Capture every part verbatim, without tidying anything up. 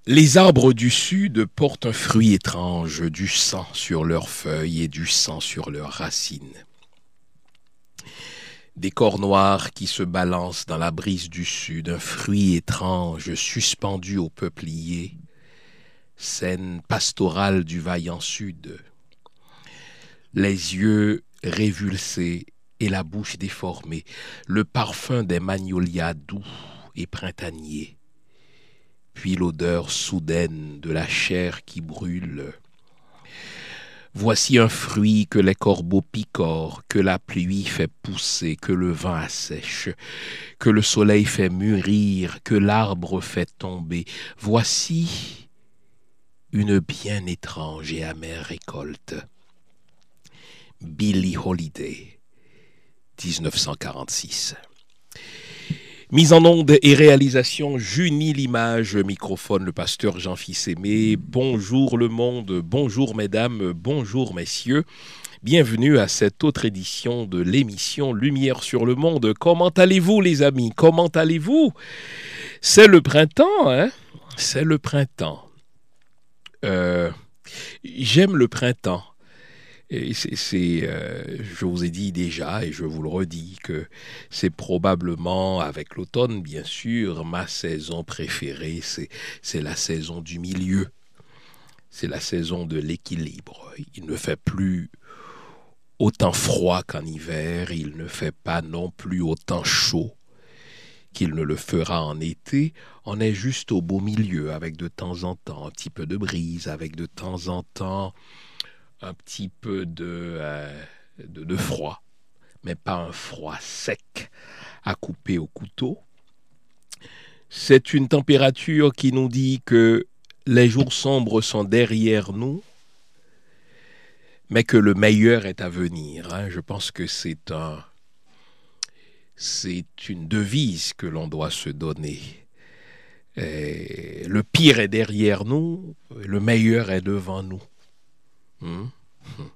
Les arbres du sud portent un fruit étrange, du sang sur leurs feuilles et du sang sur leurs racines. Des corps noirs qui se balancent dans la brise du sud, un fruit étrange suspendu au peuplier, scène pastorale du vaillant sud. Les yeux révulsés et la bouche déformée, le parfum des magnolias doux et printaniers, puis l'odeur soudaine de la chair qui brûle. Voici un fruit que les corbeaux picorent, que la pluie fait pousser, que le vent assèche, que le soleil fait mûrir, que l'arbre fait tomber. Voici une bien étrange et amère récolte. Billie Holiday, dix-neuf cent quarante-six. Mise en onde et réalisation, Junie Limage, microphone, le pasteur Jean Fils-Aimé. Bonjour le monde, bonjour mesdames, bonjour messieurs. Bienvenue à cette autre édition de l'émission Lumière sur le monde. Comment allez-vous les amis? Comment allez-vous? C'est le printemps, hein? C'est le printemps. Euh, j'aime le printemps. Et c'est, c'est euh, je vous ai dit déjà, et je vous le redis, que c'est probablement, avec l'automne bien sûr, ma saison préférée, c'est, c'est la saison du milieu. C'est la saison de l'équilibre. Il ne fait plus autant froid qu'en hiver, il ne fait pas non plus autant chaud qu'il ne le fera en été. On est juste au beau milieu, avec de temps en temps un petit peu de brise, avec de temps en temps un petit peu de, euh, de, de froid, mais pas un froid sec à couper au couteau. C'est une température qui nous dit que les jours sombres sont derrière nous, mais que le meilleur est à venir. Hein. Je pense que c'est un, c'est une devise que l'on doit se donner. Et le pire est derrière nous, le meilleur est devant nous. Hum, hum.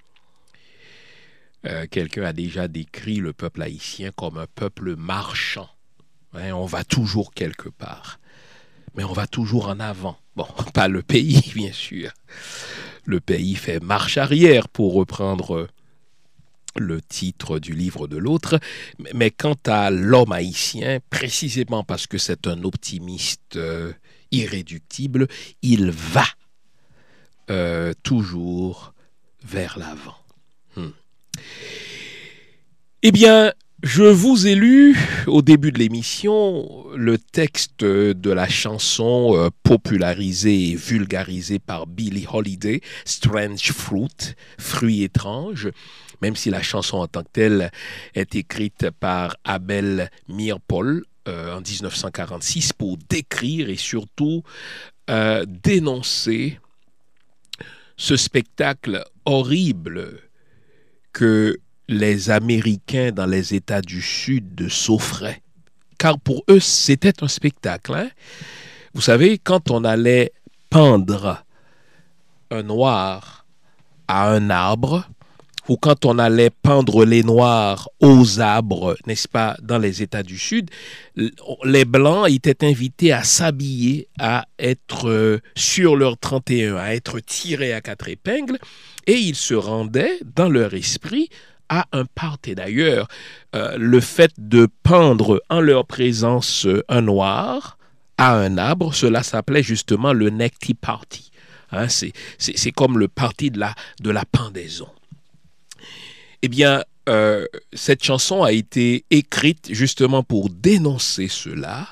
Euh, quelqu'un a déjà décrit le peuple haïtien comme un peuple marchand. Hein, on va toujours quelque part, mais on va toujours en avant. Bon, pas le pays, bien sûr. Le pays fait marche arrière, pour reprendre le titre du livre de l'autre. Mais quant à l'homme haïtien, précisément parce que c'est un optimiste euh, irréductible, il va euh, toujours vers l'avant. Hmm. Eh bien, je vous ai lu au début de l'émission le texte de la chanson euh, popularisée et vulgarisée par Billie Holiday, Strange Fruit, fruit étrange, même si la chanson en tant que telle est écrite par Abel Meeropol euh, en dix-neuf cent quarante-six pour décrire et surtout euh, dénoncer ce spectacle horrible que les Américains dans les États du Sud s'offraient. Car pour eux, c'était un spectacle. Hein? Vous savez, quand on allait pendre un noir à un arbre, ou quand on allait pendre les noirs aux arbres, n'est-ce pas, dans les États du Sud, les Blancs étaient invités à s'habiller, à être sur leur trente et un, à être tirés à quatre épingles, et ils se rendaient, dans leur esprit, à un party. D'ailleurs, euh, le fait de pendre en leur présence un noir à un arbre, cela s'appelait justement le neck tea party. Hein, c'est, c'est, c'est comme le party de la, de la pendaison. Eh bien, euh, cette chanson a été écrite justement pour dénoncer cela.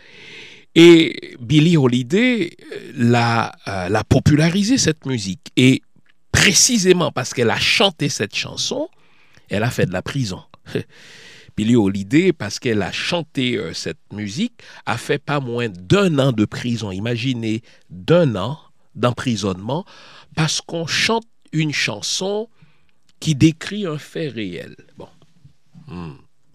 Et Billie Holiday l'a, euh, l'a popularisé, cette musique. Et précisément parce qu'elle a chanté cette chanson, elle a fait de la prison. Billie Holiday, parce qu'elle a chanté euh, cette musique, a fait pas moins d'un an de prison. Imaginez, d'un an d'emprisonnement, parce qu'on chante une chanson qui décrit un fait réel. Bon. Hmm.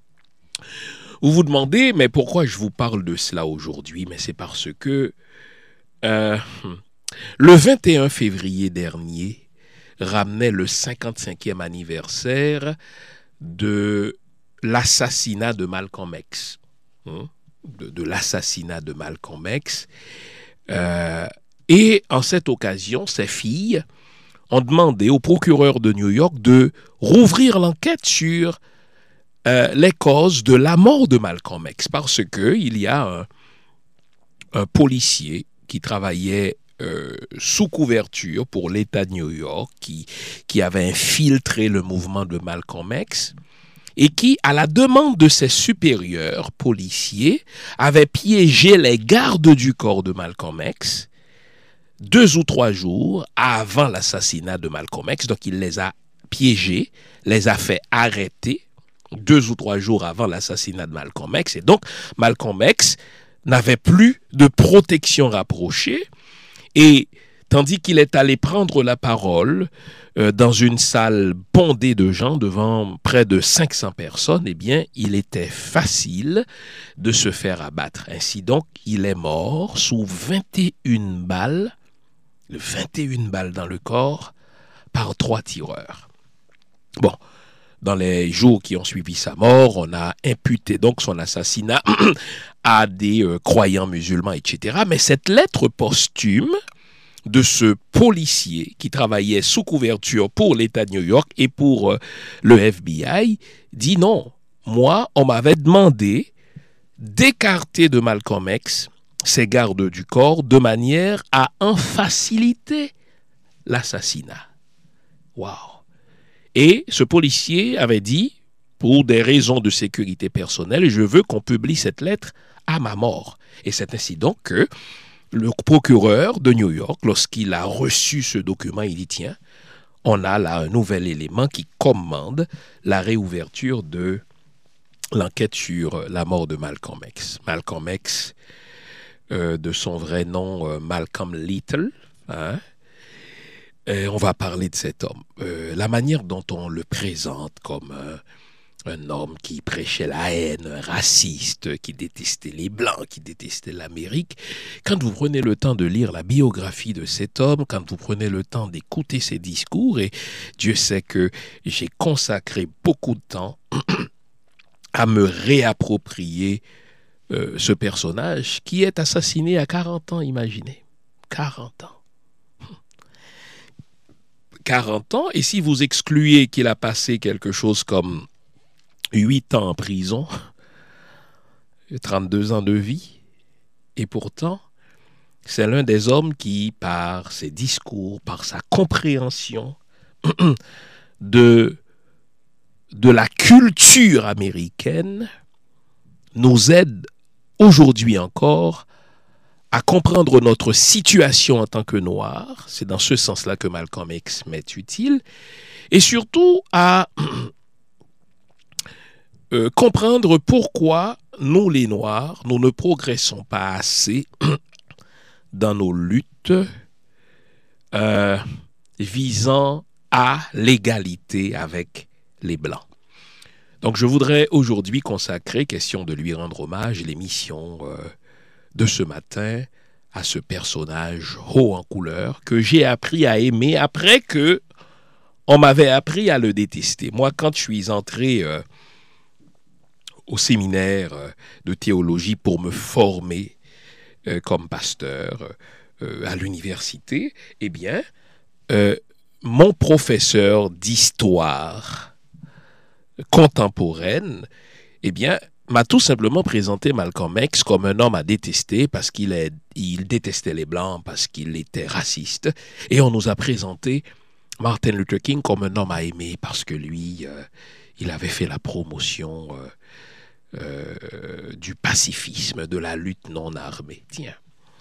Vous vous demandez, mais pourquoi je vous parle de cela aujourd'hui? Mais c'est parce que euh, le vingt et un février dernier ramenait le cinquante-cinquième anniversaire de l'assassinat de Malcolm X. Hmm? De, de l'assassinat de Malcolm X. Euh, et en cette occasion, ces filles ont demandé au procureur de New York de rouvrir l'enquête sur euh, les causes de la mort de Malcolm X, parce qu'il y a un, un policier qui travaillait euh, sous couverture pour l'État de New York, qui, qui avait infiltré le mouvement de Malcolm X, et qui, à la demande de ses supérieurs policiers, avait piégé les gardes du corps de Malcolm X deux ou trois jours avant l'assassinat de Malcolm X. Donc, il les a piégés, les a fait arrêter deux ou trois jours avant l'assassinat de Malcolm X. Et donc, Malcolm X n'avait plus de protection rapprochée. Et tandis qu'il est allé prendre la parole euh, dans une salle bondée de gens devant près de cinq cents personnes, eh bien, il était facile de se faire abattre. Ainsi donc, il est mort sous vingt et une balles, vingt et une balles dans le corps, par trois tireurs. Bon, dans les jours qui ont suivi sa mort, on a imputé donc son assassinat à des euh, croyants musulmans, et cetera. Mais cette lettre posthume de ce policier qui travaillait sous couverture pour l'État de New York et pour euh, le F B I dit non, moi, on m'avait demandé d'écarter de Malcolm X ses gardes du corps de manière à en faciliter l'assassinat. Waouh! Et ce policier avait dit, pour des raisons de sécurité personnelle, je veux qu'on publie cette lettre à ma mort. Et c'est ainsi donc que le procureur de New York, lorsqu'il a reçu ce document, il dit, tiens, on a là un nouvel élément qui commande la réouverture de l'enquête sur la mort de Malcolm X. Malcolm X, euh, de son vrai nom, euh, Malcolm Little, hein, et on va parler de cet homme. Euh, la manière dont on le présente comme euh, un homme qui prêchait la haine, un raciste, qui détestait les Blancs, qui détestait l'Amérique. Quand vous prenez le temps de lire la biographie de cet homme, quand vous prenez le temps d'écouter ses discours, et Dieu sait que j'ai consacré beaucoup de temps à me réapproprier euh, ce personnage qui est assassiné à quarante ans, imaginez. quarante ans. quarante ans, et si vous excluez qu'il a passé quelque chose comme huit ans en prison, trente-deux ans de vie, et pourtant, c'est l'un des hommes qui, par ses discours, par sa compréhension de, de la culture américaine, nous aide aujourd'hui encore à comprendre notre situation en tant que Noirs. C'est dans ce sens-là que Malcolm X m'est utile. Et surtout à euh, comprendre pourquoi nous, les Noirs, nous ne progressons pas assez dans nos luttes euh, visant à l'égalité avec les Blancs. Donc je voudrais aujourd'hui consacrer, question de lui rendre hommage, l'émission euh, de ce matin à ce personnage haut en couleur que j'ai appris à aimer après que on m'avait appris à le détester. Moi, quand je suis entré euh, au séminaire euh, de théologie pour me former euh, comme pasteur euh, à l'université, eh bien, euh, mon professeur d'histoire contemporaine, eh bien, m'a tout simplement présenté Malcolm X comme un homme à détester parce qu'il est, il détestait les Blancs, parce qu'il était raciste. Et on nous a présenté Martin Luther King comme un homme à aimer parce que lui, euh, il avait fait la promotion euh, euh, du pacifisme, de la lutte non armée. Tiens,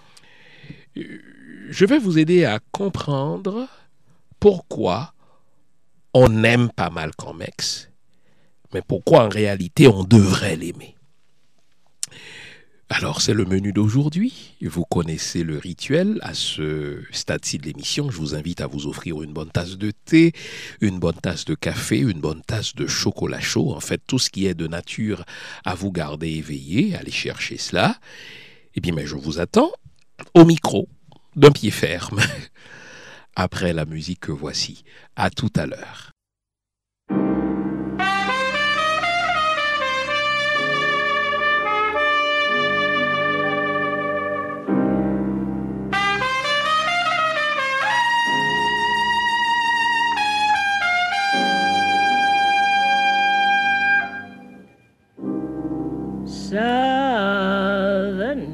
je vais vous aider à comprendre pourquoi on n'aime pas Malcolm X, mais pourquoi en réalité on devrait l'aimer. Alors c'est le menu d'aujourd'hui. Vous connaissez le rituel. À ce stade-ci de l'émission, je vous invite à vous offrir une bonne tasse de thé, une bonne tasse de café, une bonne tasse de chocolat chaud. En fait, tout ce qui est de nature à vous garder éveillé. Allez chercher cela. Et bien, mais je vous attends au micro d'un pied ferme. Après la musique que voici. À tout à l'heure.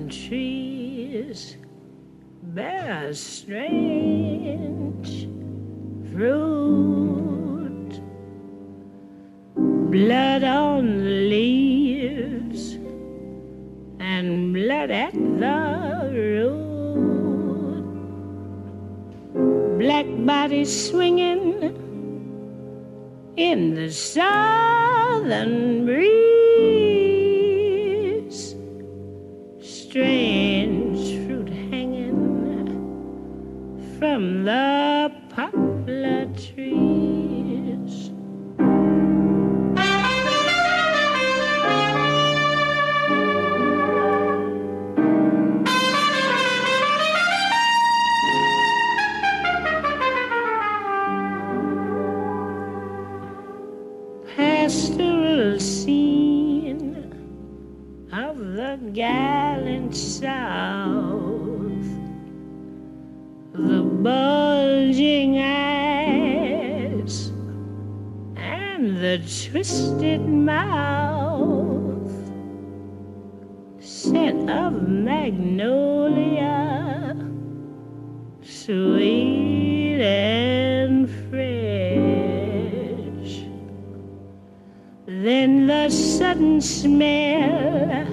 southern trees bear a strange fruit. Blood on the leaves and blood at the root. Black bodies swinging in the southern breeze. Strange fruit hanging from the poplar trees. Pastoral scene of the gallant South, the bulging eyes and the twisted mouth, scent of magnolia, sweet and fresh. Then the sudden smell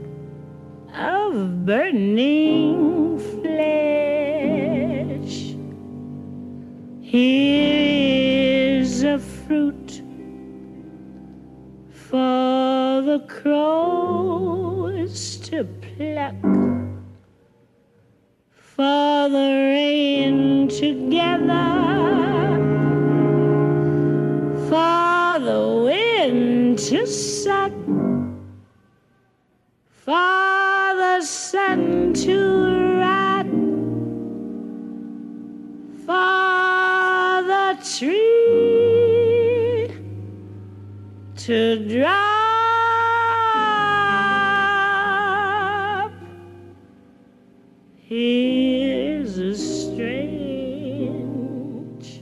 of burning flesh. Here is a fruit for the crows to pluck, for the rain to gather, for the wind to suck, for the sun to rot, for the tree to drop. Here's a strange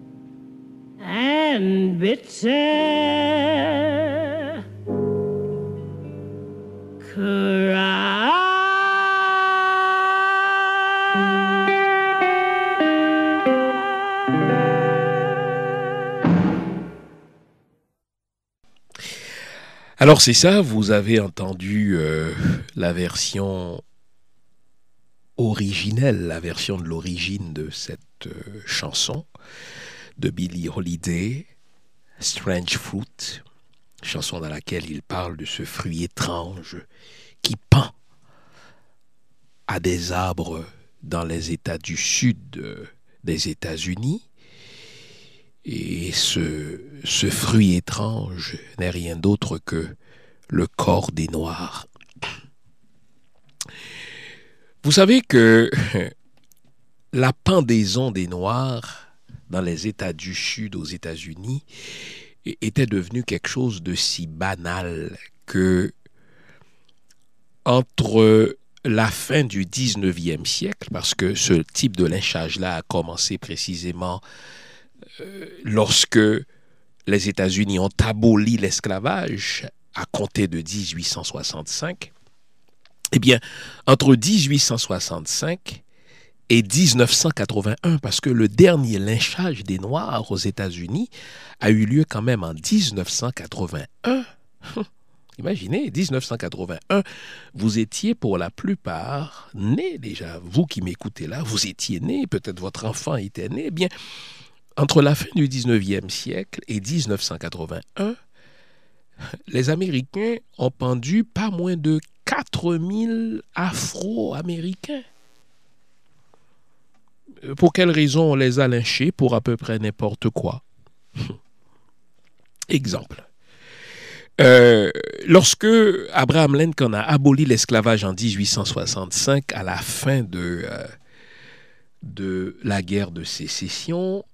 and bitter Alors c'est ça, vous avez entendu euh, la version originelle, la version de l'origine de cette euh, chanson de Billie Holiday, Strange Fruit, chanson dans laquelle il parle de ce fruit étrange qui pend à des arbres dans les États du sud euh, des États-Unis. Et ce, ce fruit étrange n'est rien d'autre que le corps des Noirs. Vous savez que la pendaison des Noirs dans les États du Sud aux États-Unis était devenue quelque chose de si banal que entre la fin du dix-neuvième siècle, parce que ce type de lynchage-là a commencé précisément Euh, lorsque les États-Unis ont aboli l'esclavage à compter de dix-huit cent soixante-cinq, eh bien, entre dix-huit cent soixante-cinq et dix-neuf cent quatre-vingt-un, parce que le dernier lynchage des Noirs aux États-Unis a eu lieu quand même en dix-neuf cent quatre-vingt-un. Imaginez, dix-neuf cent quatre-vingt-un, vous étiez pour la plupart nés déjà. Vous qui m'écoutez là, vous étiez nés, peut-être votre enfant était né. Eh bien, entre la fin du dix-neuvième siècle et dix-neuf cent quatre-vingt-un, les Américains ont pendu pas moins de quatre mille Afro-Américains. Pour quelle raison on les a lynchés? Pour à peu près n'importe quoi. Exemple. Euh, lorsque Abraham Lincoln a aboli l'esclavage en dix-huit cent soixante-cinq, à la fin de, euh, de la guerre de sécession,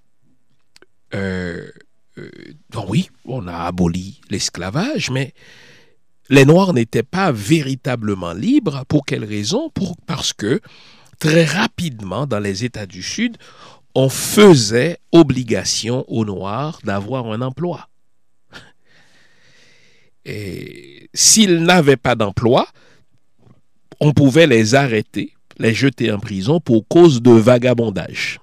Euh, euh, bon oui, on a aboli l'esclavage, mais les Noirs n'étaient pas véritablement libres. Pour quelle raison? Pour, parce que très rapidement, dans les États du Sud, on faisait obligation aux Noirs d'avoir un emploi. Et s'ils n'avaient pas d'emploi, on pouvait les arrêter, les jeter en prison pour cause de vagabondage.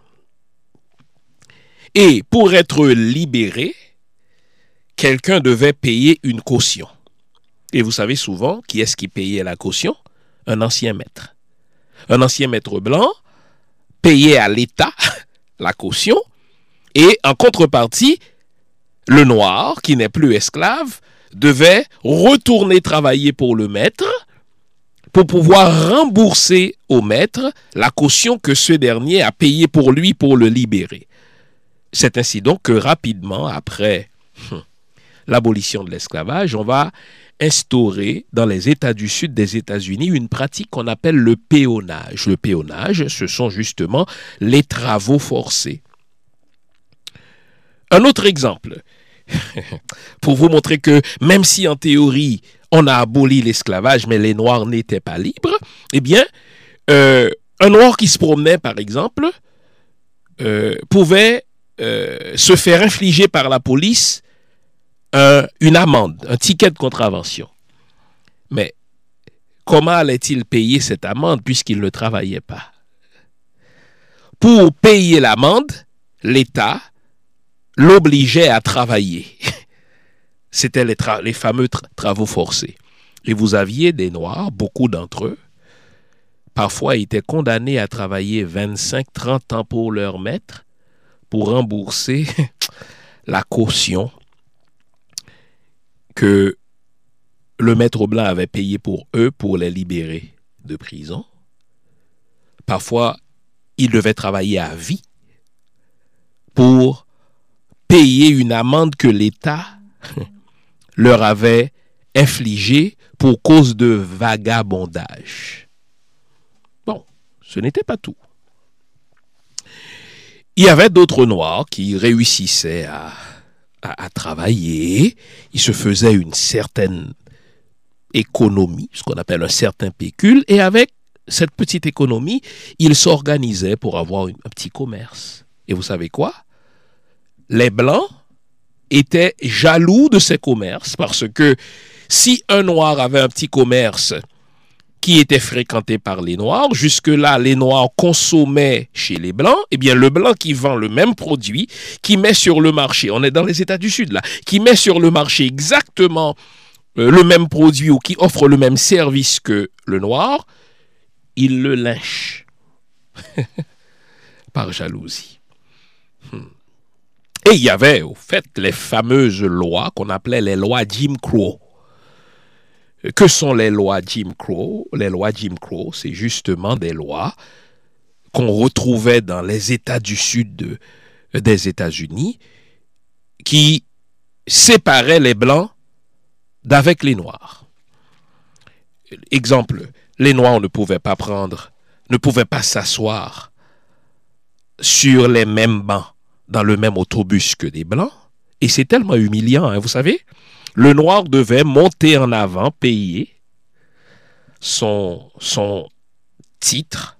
Et pour être libéré, quelqu'un devait payer une caution. Et vous savez souvent, qui est-ce qui payait la caution? Un ancien maître. Un ancien maître blanc payait à l'État la caution et en contrepartie, le noir, qui n'est plus esclave, devait retourner travailler pour le maître pour pouvoir rembourser au maître la caution que ce dernier a payée pour lui pour le libérer. C'est ainsi donc que rapidement, après hum, l'abolition de l'esclavage, on va instaurer dans les États du Sud des États-Unis une pratique qu'on appelle le péonnage. Le péonnage, ce sont justement les travaux forcés. Un autre exemple, pour vous montrer que même si en théorie on a aboli l'esclavage, mais les Noirs n'étaient pas libres, eh bien, euh, un Noir qui se promenait, par exemple, euh, pouvait euh, se faire infliger par la police un, une amende, un ticket de contravention. Mais comment allait-il payer cette amende puisqu'il ne travaillait pas? Pour payer l'amende, l'État l'obligeait à travailler. C'était les, tra- les fameux tra- travaux forcés. Et vous aviez des Noirs, beaucoup d'entre eux, parfois étaient condamnés à travailler vingt-cinq à trente ans pour leur maître pour rembourser la caution que le maître blanc avait payé pour eux pour les libérer de prison. Parfois, ils devaient travailler à vie pour payer une amende que l'État leur avait infligée pour cause de vagabondage. Bon, ce n'était pas tout. Il y avait d'autres Noirs qui réussissaient à, à, à travailler. Ils se faisaient une certaine économie, ce qu'on appelle un certain pécule, et avec cette petite économie, ils s'organisaient pour avoir une, un petit commerce. Et vous savez quoi? Les Blancs étaient jaloux de ces commerces parce que si un Noir avait un petit commerce qui était fréquenté par les Noirs, jusque-là, les Noirs consommaient chez les Blancs, eh bien, le Blanc qui vend le même produit, qui met sur le marché, on est dans les États du Sud là, qui met sur le marché exactement euh, le même produit ou qui offre le même service que le Noir, il le lynche par jalousie. Hmm. Et il y avait, au fait, les fameuses lois qu'on appelait les lois Jim Crow. Que sont les lois Jim Crow? Les lois Jim Crow, c'est justement des lois qu'on retrouvait dans les États du Sud de, des États-Unis qui séparaient les Blancs d'avec les Noirs. Exemple, les Noirs ne pouvaient pas prendre, ne pouvaient pas s'asseoir sur les mêmes bancs dans le même autobus que des Blancs. Et c'est tellement humiliant, hein, vous savez. Le Noir devait monter en avant, payer son, son titre,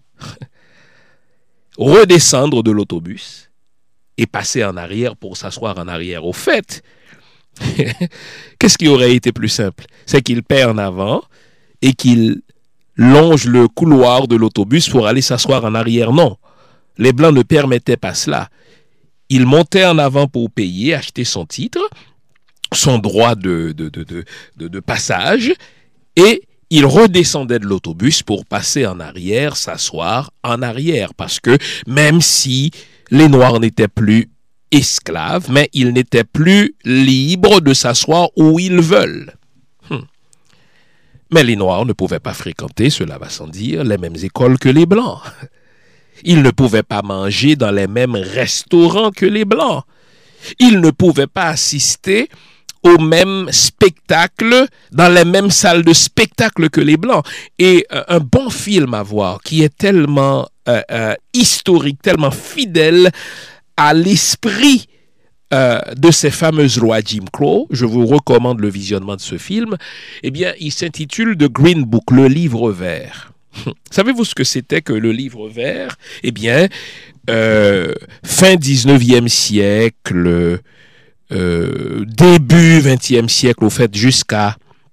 redescendre de l'autobus et passer en arrière pour s'asseoir en arrière. Au fait, qu'est-ce qui aurait été plus simple? C'est qu'il paie en avant et qu'il longe le couloir de l'autobus pour aller s'asseoir en arrière. Non, les Blancs ne permettaient pas cela. Il montait en avant pour payer, acheter son titre, son droit de, de, de, de, de, de passage, et il redescendait de l'autobus pour passer en arrière, s'asseoir en arrière, parce que même si les Noirs n'étaient plus esclaves, mais ils n'étaient plus libres de s'asseoir où ils veulent. Hmm. Mais les Noirs ne pouvaient pas fréquenter, cela va sans dire, les mêmes écoles que les Blancs. Ils ne pouvaient pas manger dans les mêmes restaurants que les Blancs. Ils ne pouvaient pas assister au même spectacle, dans les mêmes salles de spectacle que les Blancs. Et euh, un bon film à voir, qui est tellement euh, euh, historique, tellement fidèle à l'esprit euh, de ces fameuses lois Jim Crow, je vous recommande le visionnement de ce film, eh bien, il s'intitule The Green Book, le livre vert. Savez-vous ce que c'était que le livre vert? Eh bien, euh, fin dix-neuvième siècle, euh, début vingtième siècle, au fait, jusqu'à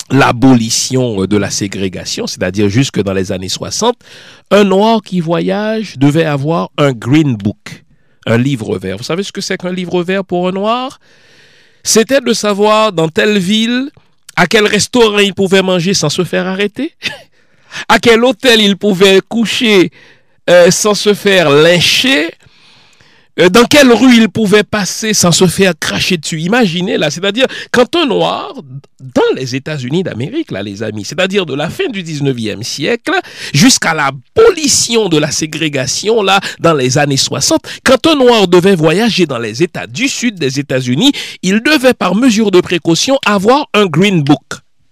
l'abolition de la ségrégation, c'est-à-dire jusque dans les années soixante, un noir qui voyage devait avoir un green book, un livre vert. Vous savez ce que c'est qu'un livre vert pour un noir? C'était de savoir dans telle ville à quel restaurant il pouvait manger sans se faire arrêter, à quel hôtel il pouvait coucher euh, sans se faire lyncher, euh, dans quelle rue il pouvait passer sans se faire cracher dessus. Imaginez là, c'est-à-dire quand un noir, dans les États-Unis d'Amérique, là les amis, c'est-à-dire de la fin du dix-neuvième siècle jusqu'à l'abolition de la ségrégation là dans les années soixante, quand un noir devait voyager dans les États du sud des États-Unis, il devait par mesure de précaution avoir un green book.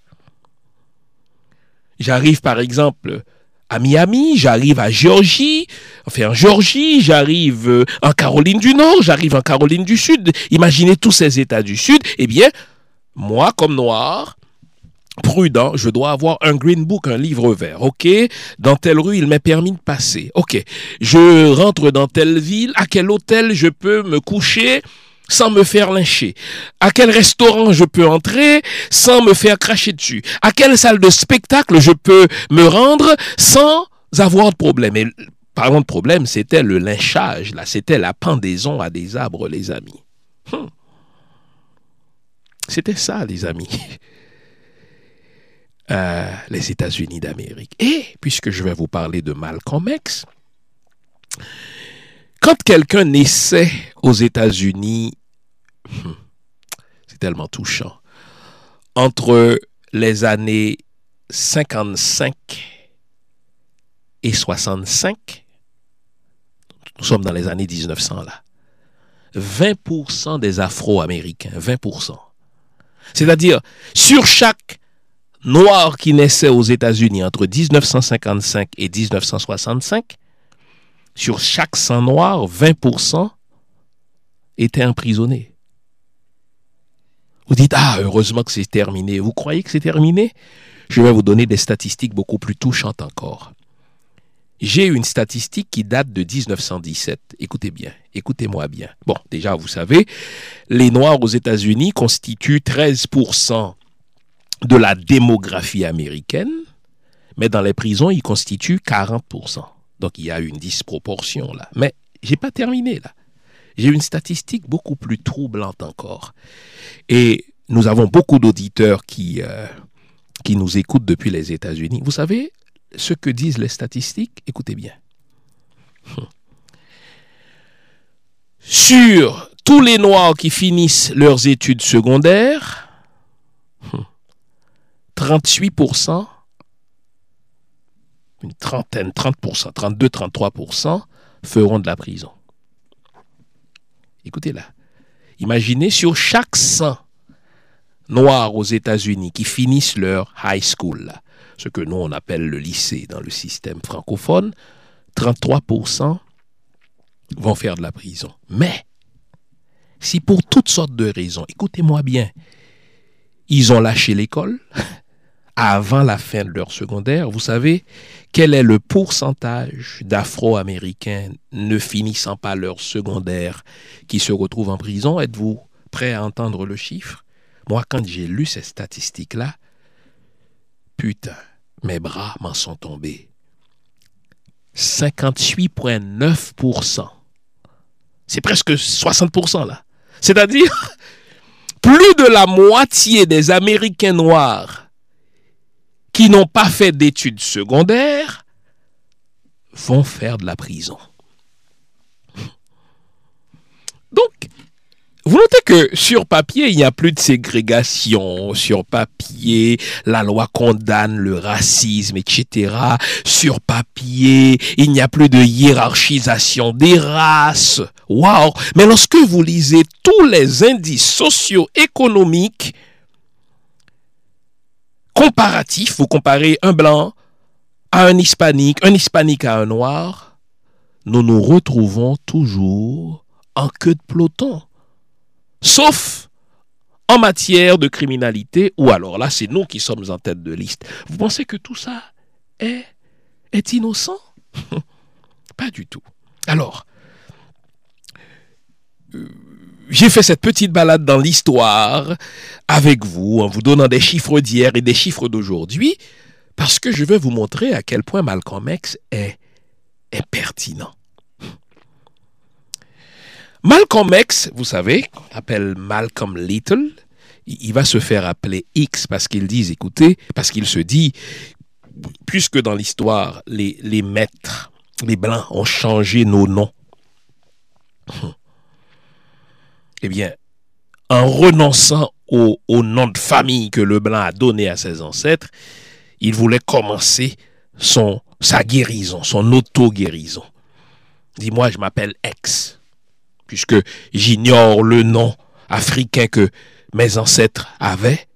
J'arrive par exemple à Miami, j'arrive à Géorgie, enfin en Géorgie, j'arrive en Caroline du Nord, j'arrive en Caroline du Sud. Imaginez tous ces États du Sud. Eh bien, moi, comme noir, prudent, je dois avoir un green book, un livre vert. OK, dans telle rue, il m'est permis de passer. OK, je rentre dans telle ville, à quel hôtel je peux me coucher sans me faire lyncher? À quel restaurant je peux entrer sans me faire cracher dessus? À quelle salle de spectacle je peux me rendre sans avoir de problème? Et parlant de problème, c'était le lynchage, là, c'était la pendaison à des arbres, les amis. Hum. C'était ça, les amis. Euh, les États-Unis d'Amérique. Et puisque je vais vous parler de Malcolm X, quand quelqu'un naissait aux États-Unis, c'est tellement touchant, entre les années cinquante-cinq et soixante-cinq, nous sommes dans les années mille neuf cents là, vingt pour cent des Afro-Américains, vingt pour cent. C'est-à-dire, sur chaque noir qui naissait aux États-Unis entre dix-neuf cent cinquante-cinq et dix-neuf cent soixante-cinq, sur chaque cent noirs, vingt pour cent étaient emprisonnés. Vous dites, ah, heureusement que c'est terminé. Vous croyez que c'est terminé? Je vais vous donner des statistiques beaucoup plus touchantes encore. J'ai une statistique qui date de dix-neuf cent dix-sept. Écoutez bien, écoutez-moi bien. Bon, déjà, vous savez, les Noirs aux États-Unis constituent treize pour cent de la démographie américaine, mais dans les prisons, ils constituent quarante pour cent. Donc, il y a une disproportion là. Mais je n'ai pas terminé là. J'ai une statistique beaucoup plus troublante encore. Et nous avons beaucoup d'auditeurs qui, euh, qui nous écoutent depuis les États-Unis. Vous savez ce que disent les statistiques? Écoutez bien. Hum. Sur tous les Noirs qui finissent leurs études secondaires, hum, trente-huit pour cent, une trentaine, trente pour cent, trente-deux, trente-trois pour cent feront de la prison. Écoutez là. Imaginez sur chaque cent Noirs aux États-Unis qui finissent leur high school, là, ce que nous on appelle le lycée dans le système francophone, trente-trois pour cent vont faire de la prison. Mais, si pour toutes sortes de raisons, écoutez-moi bien, ils ont lâché l'école avant la fin de leur secondaire, vous savez quel est le pourcentage d'Afro-Américains ne finissant pas leur secondaire qui se retrouvent en prison? Êtes-vous prêt à entendre le chiffre? Moi, quand j'ai lu ces statistiques-là, putain, mes bras m'en sont tombés. cinquante-huit virgule neuf pour cent. C'est presque soixante pour cent là. C'est-à-dire, plus de la moitié des Américains noirs qui n'ont pas fait d'études secondaires vont faire de la prison. Donc, vous notez que sur papier, il n'y a plus de ségrégation. Sur papier, la loi condamne le racisme, et cetera. Sur papier, il n'y a plus de hiérarchisation des races. Waouh! Mais lorsque vous lisez tous les indices socio-économiques comparatifs, vous comparez un blanc à un hispanique, un hispanique à un noir, nous nous retrouvons toujours en queue de peloton. Sauf en matière de criminalité, ou alors là, c'est nous qui sommes en tête de liste. Vous pensez que tout ça est, est innocent? Pas du tout. Alors, euh, j'ai fait cette petite balade dans l'histoire avec vous, en vous donnant des chiffres d'hier et des chiffres d'aujourd'hui, parce que je vais vous montrer à quel point Malcolm X est, est pertinent. Malcolm X, vous savez, qu'on appelle Malcolm Little, il va se faire appeler X parce qu'ils disent, écoutez, parce qu'il se dit, puisque dans l'histoire, les, les maîtres, les Blancs ont changé nos noms, eh bien, en renonçant au, au nom de famille que le Blanc a donné à ses ancêtres, il voulait commencer son, sa guérison, son auto-guérison. Dis-moi, je m'appelle X, puisque j'ignore le nom africain que mes ancêtres avaient.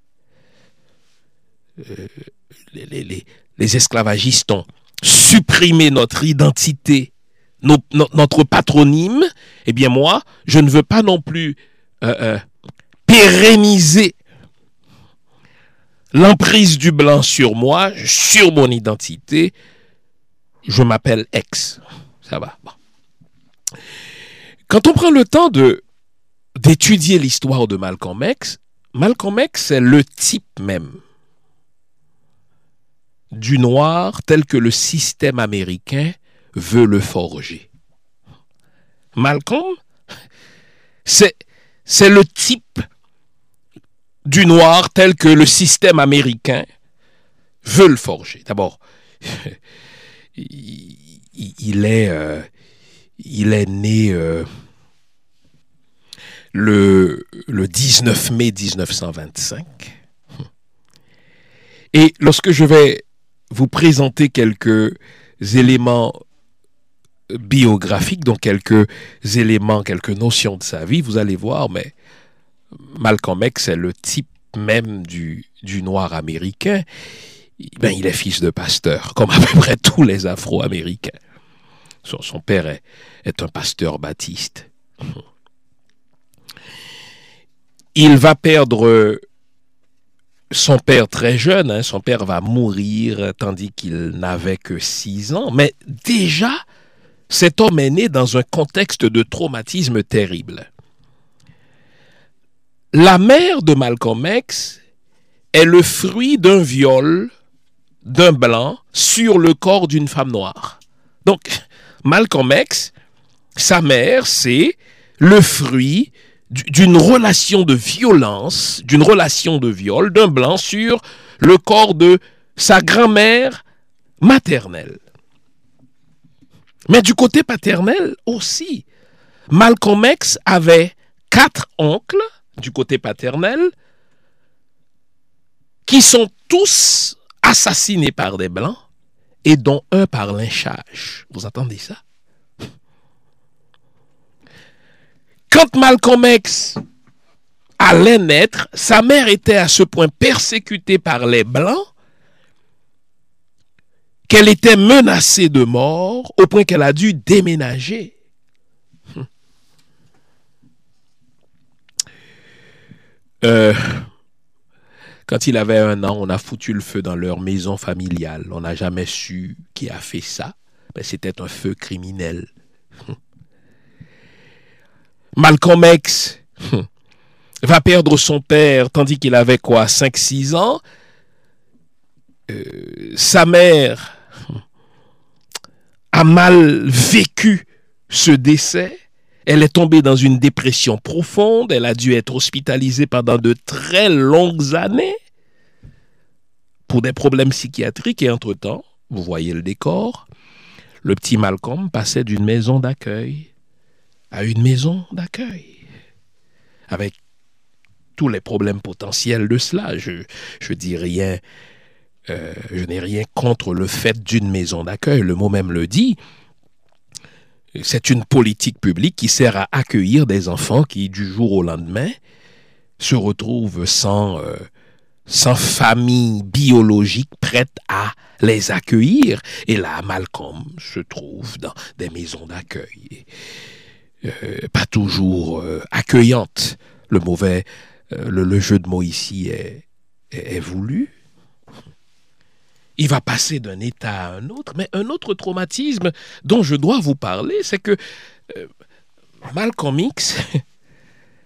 Euh, les, les, les, les esclavagistes ont supprimé notre identité, nos, no, notre patronyme. Eh bien moi, je ne veux pas non plus euh, euh, pérenniser l'emprise du blanc sur moi, sur mon identité. Je m'appelle X. Ça va. Bon. Quand on prend le temps de d'étudier l'histoire de Malcolm X, Malcolm X c'est le type même du noir tel que le système américain veut le forger. Malcolm, c'est, c'est le type du noir tel que le système américain veut le forger. D'abord, il, il, est, euh, il est né euh, le, le dix-neuf mai dix-neuf cent vingt-cinq. Et lorsque je vais vous présenter quelques éléments biographiques, donc quelques éléments, quelques notions de sa vie, vous allez voir, mais Malcolm X est le type même du, du noir américain. Ben, il est fils de pasteur, comme à peu près tous les Afro-Américains. Son, son père est, est un pasteur baptiste. Il va perdre son père très jeune, hein, son père va mourir tandis qu'il n'avait que six ans, mais déjà, cet homme est né dans un contexte de traumatisme terrible. La mère de Malcolm X est le fruit d'un viol d'un blanc sur le corps d'une femme noire. Donc, Malcolm X, sa mère, c'est le fruit d'une relation de violence, d'une relation de viol d'un blanc sur le corps de sa grand-mère maternelle. Mais du côté paternel aussi, Malcolm X avait quatre oncles du côté paternel qui sont tous assassinés par des blancs et dont un par lynchage. Vous entendez ça? Quand Malcolm X allait naître, sa mère était à ce point persécutée par les Blancs qu'elle était menacée de mort au point qu'elle a dû déménager. Euh, quand il avait un an, on a foutu le feu dans leur maison familiale. On n'a jamais su qui a fait ça, mais c'était un feu criminel. Malcolm X va perdre son père tandis qu'il avait quoi, cinq six ans. Euh, sa mère a mal vécu ce décès. Elle est tombée dans une dépression profonde. Elle a dû être hospitalisée pendant de très longues années pour des problèmes psychiatriques. Et entre-temps, vous voyez le décor, le petit Malcolm passait d'une maison d'accueil à une maison d'accueil, avec tous les problèmes potentiels de cela. Je, je dis rien, euh, je n'ai rien contre le fait d'une maison d'accueil. Le mot même le dit. C'est une politique publique qui sert à accueillir des enfants qui, du jour au lendemain, se retrouvent sans, euh, sans famille biologique prête à les accueillir. Et là, Malcolm se trouve dans des maisons d'accueil. Euh, pas toujours euh, accueillante. Le mauvais, euh, le, le jeu de mots ici est, est, est voulu. Il va passer d'un état à un autre, mais un autre traumatisme dont je dois vous parler, c'est que euh, Malcolm X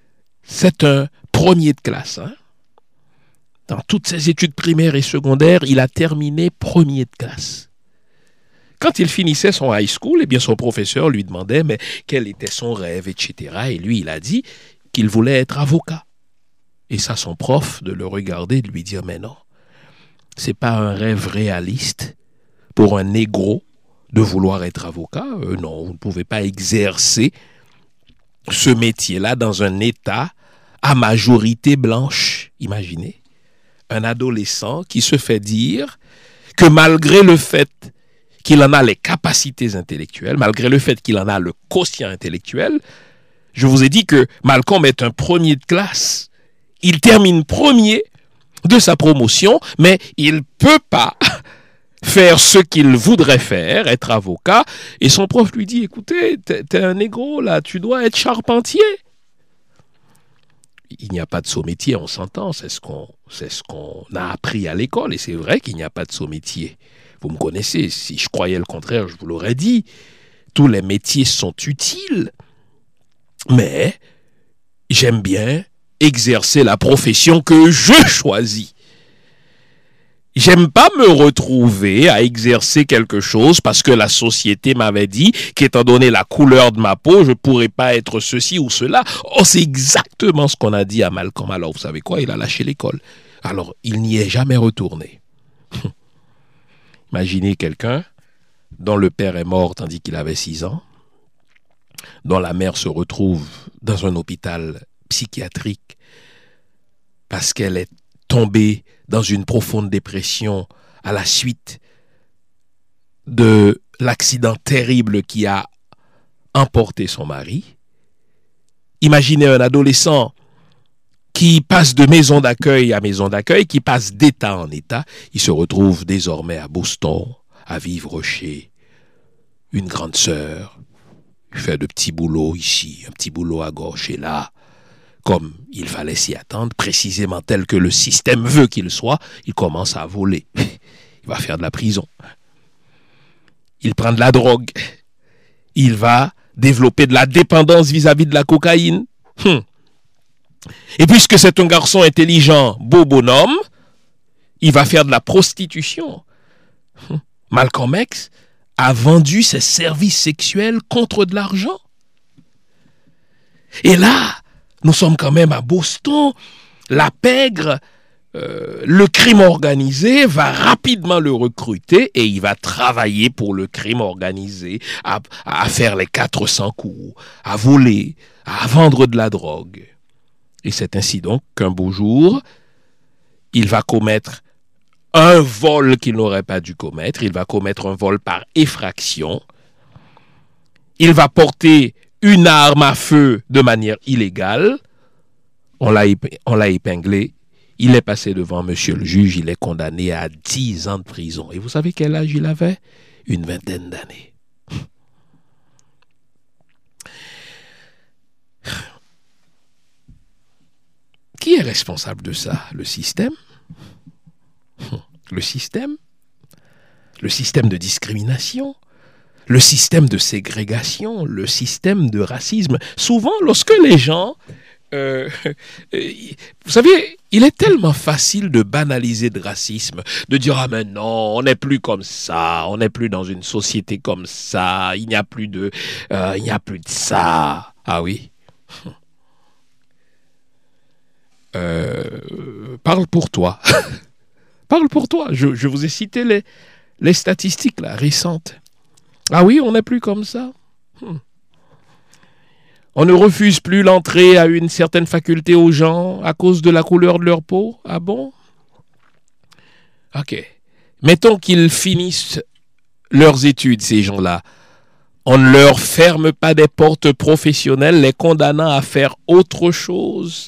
c'est un premier de classe. Hein? Dans toutes ses études primaires et secondaires, il a terminé premier de classe. Quand il finissait son high school, eh bien son professeur lui demandait mais quel était son rêve, et cetera. Et lui, il a dit qu'il voulait être avocat. Et ça, son prof, de le regarder, de lui dire mais non, c'est pas un rêve réaliste pour un négro de vouloir être avocat. Euh, non, vous ne pouvez pas exercer ce métier-là dans un État à majorité blanche. Imaginez, un adolescent qui se fait dire que malgré le fait qu'il en a les capacités intellectuelles, malgré le fait qu'il en a le quotient intellectuel, je vous ai dit que Malcolm est un premier de classe. Il termine premier de sa promotion, mais il ne peut pas faire ce qu'il voudrait faire, être avocat. Et son prof lui dit, écoutez, t'es, t'es un négro là, tu dois être charpentier. Il n'y a pas de saut métier, on s'entend, c'est ce qu'on, c'est ce qu'on a appris à l'école. Et c'est vrai qu'il n'y a pas de saut métier. Vous me connaissez, si je croyais le contraire, je vous l'aurais dit. Tous les métiers sont utiles, mais j'aime bien exercer la profession que je choisis. J'aime pas me retrouver à exercer quelque chose parce que la société m'avait dit qu'étant donné la couleur de ma peau, je pourrais pas être ceci ou cela. Oh, c'est exactement ce qu'on a dit à Malcolm. Alors, vous savez quoi? Il a lâché l'école. Alors, il n'y est jamais retourné. Imaginez quelqu'un dont le père est mort tandis qu'il avait six ans, dont la mère se retrouve dans un hôpital psychiatrique parce qu'elle est tombée dans une profonde dépression à la suite de l'accident terrible qui a emporté son mari. Imaginez un adolescent qui passe de maison d'accueil à maison d'accueil, qui passe d'état en état. Il se retrouve désormais à Boston, à vivre chez une grande sœur. Il fait de petits boulots ici, un petit boulot à gauche et là. Comme il fallait s'y attendre, précisément tel que le système veut qu'il soit, il commence à voler. Il va faire de la prison. Il prend de la drogue. Il va développer de la dépendance vis-à-vis de la cocaïne. Hum. Et puisque c'est un garçon intelligent, beau bonhomme, il va faire de la prostitution. Hum. Malcolm X a vendu ses services sexuels contre de l'argent. Et là, nous sommes quand même à Boston. La pègre, euh, le crime organisé va rapidement le recruter et il va travailler pour le crime organisé, à, à faire les quatre cents coups, à voler, à vendre de la drogue. Et c'est ainsi donc qu'un beau jour, il va commettre un vol qu'il n'aurait pas dû commettre. Il va commettre un vol par effraction. Il va porter une arme à feu de manière illégale. On l'a, on l'a épinglé. Il est passé devant monsieur le juge. Il est condamné à dix ans de prison. Et vous savez quel âge il avait? Une vingtaine d'années. Qui est responsable de ça? Le système? Le système? Le système de discrimination? Le système de ségrégation? Le système de racisme? Souvent, lorsque les gens... Euh, vous savez, il est tellement facile de banaliser le racisme, de dire « Ah mais non, on n'est plus comme ça, on n'est plus dans une société comme ça, il n'y a plus de, euh, il n'y a plus de ça. » Ah oui? Euh, parle pour toi. Parle pour toi. Je, je vous ai cité les, les statistiques là, récentes. Ah oui, on n'est plus comme ça. Hmm. On ne refuse plus l'entrée à une certaine faculté aux gens à cause de la couleur de leur peau. Ah bon? Ok. Mettons qu'ils finissent leurs études, ces gens-là. On ne leur ferme pas des portes professionnelles, les condamnant à faire autre chose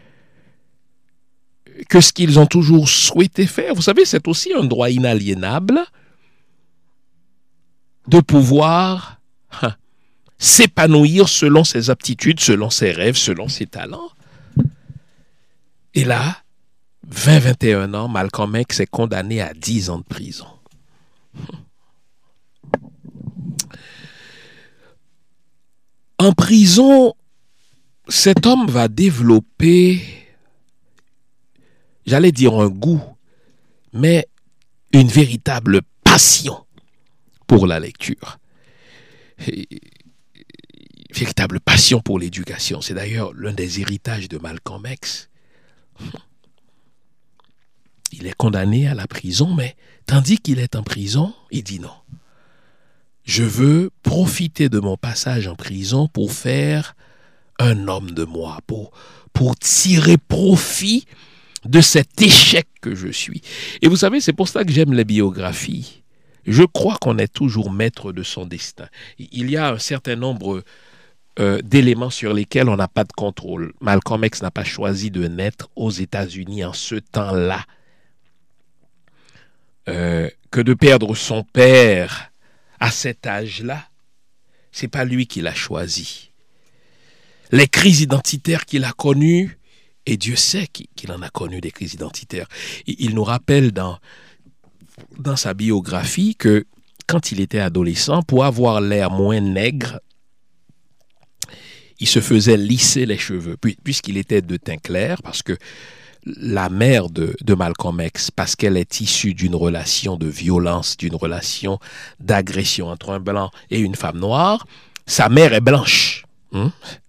que ce qu'ils ont toujours souhaité faire. Vous savez, c'est aussi un droit inaliénable de pouvoir hein, s'épanouir selon ses aptitudes, selon ses rêves, selon ses talents. Et là, vingt à vingt et un ans, Malcolm X est condamné à dix ans de prison. En prison, cet homme va développer, j'allais dire un goût, mais une véritable passion pour la lecture. Et, véritable passion pour l'éducation. C'est d'ailleurs l'un des héritages de Malcolm X. Il est condamné à la prison, mais tandis qu'il est en prison, il dit non. Je veux profiter de mon passage en prison pour faire un homme de moi, pour, pour tirer profit de cet échec que je suis. Et vous savez, c'est pour ça que j'aime les biographies. Je crois qu'on est toujours maître de son destin. Il y a un certain nombre euh, d'éléments sur lesquels on n'a pas de contrôle. Malcolm X n'a pas choisi de naître aux États-Unis en ce temps-là. Euh, que de perdre son père à cet âge-là, c'est pas lui qui l'a choisi. Les crises identitaires qu'il a connues, et Dieu sait qu'il en a connu des crises identitaires. Il nous rappelle dans, dans sa biographie que quand il était adolescent, pour avoir l'air moins nègre, il se faisait lisser les cheveux, puisqu'il était de teint clair, parce que la mère de, de Malcolm X, parce qu'elle est issue d'une relation de violence, d'une relation d'agression entre un blanc et une femme noire, sa mère est blanche. Hum?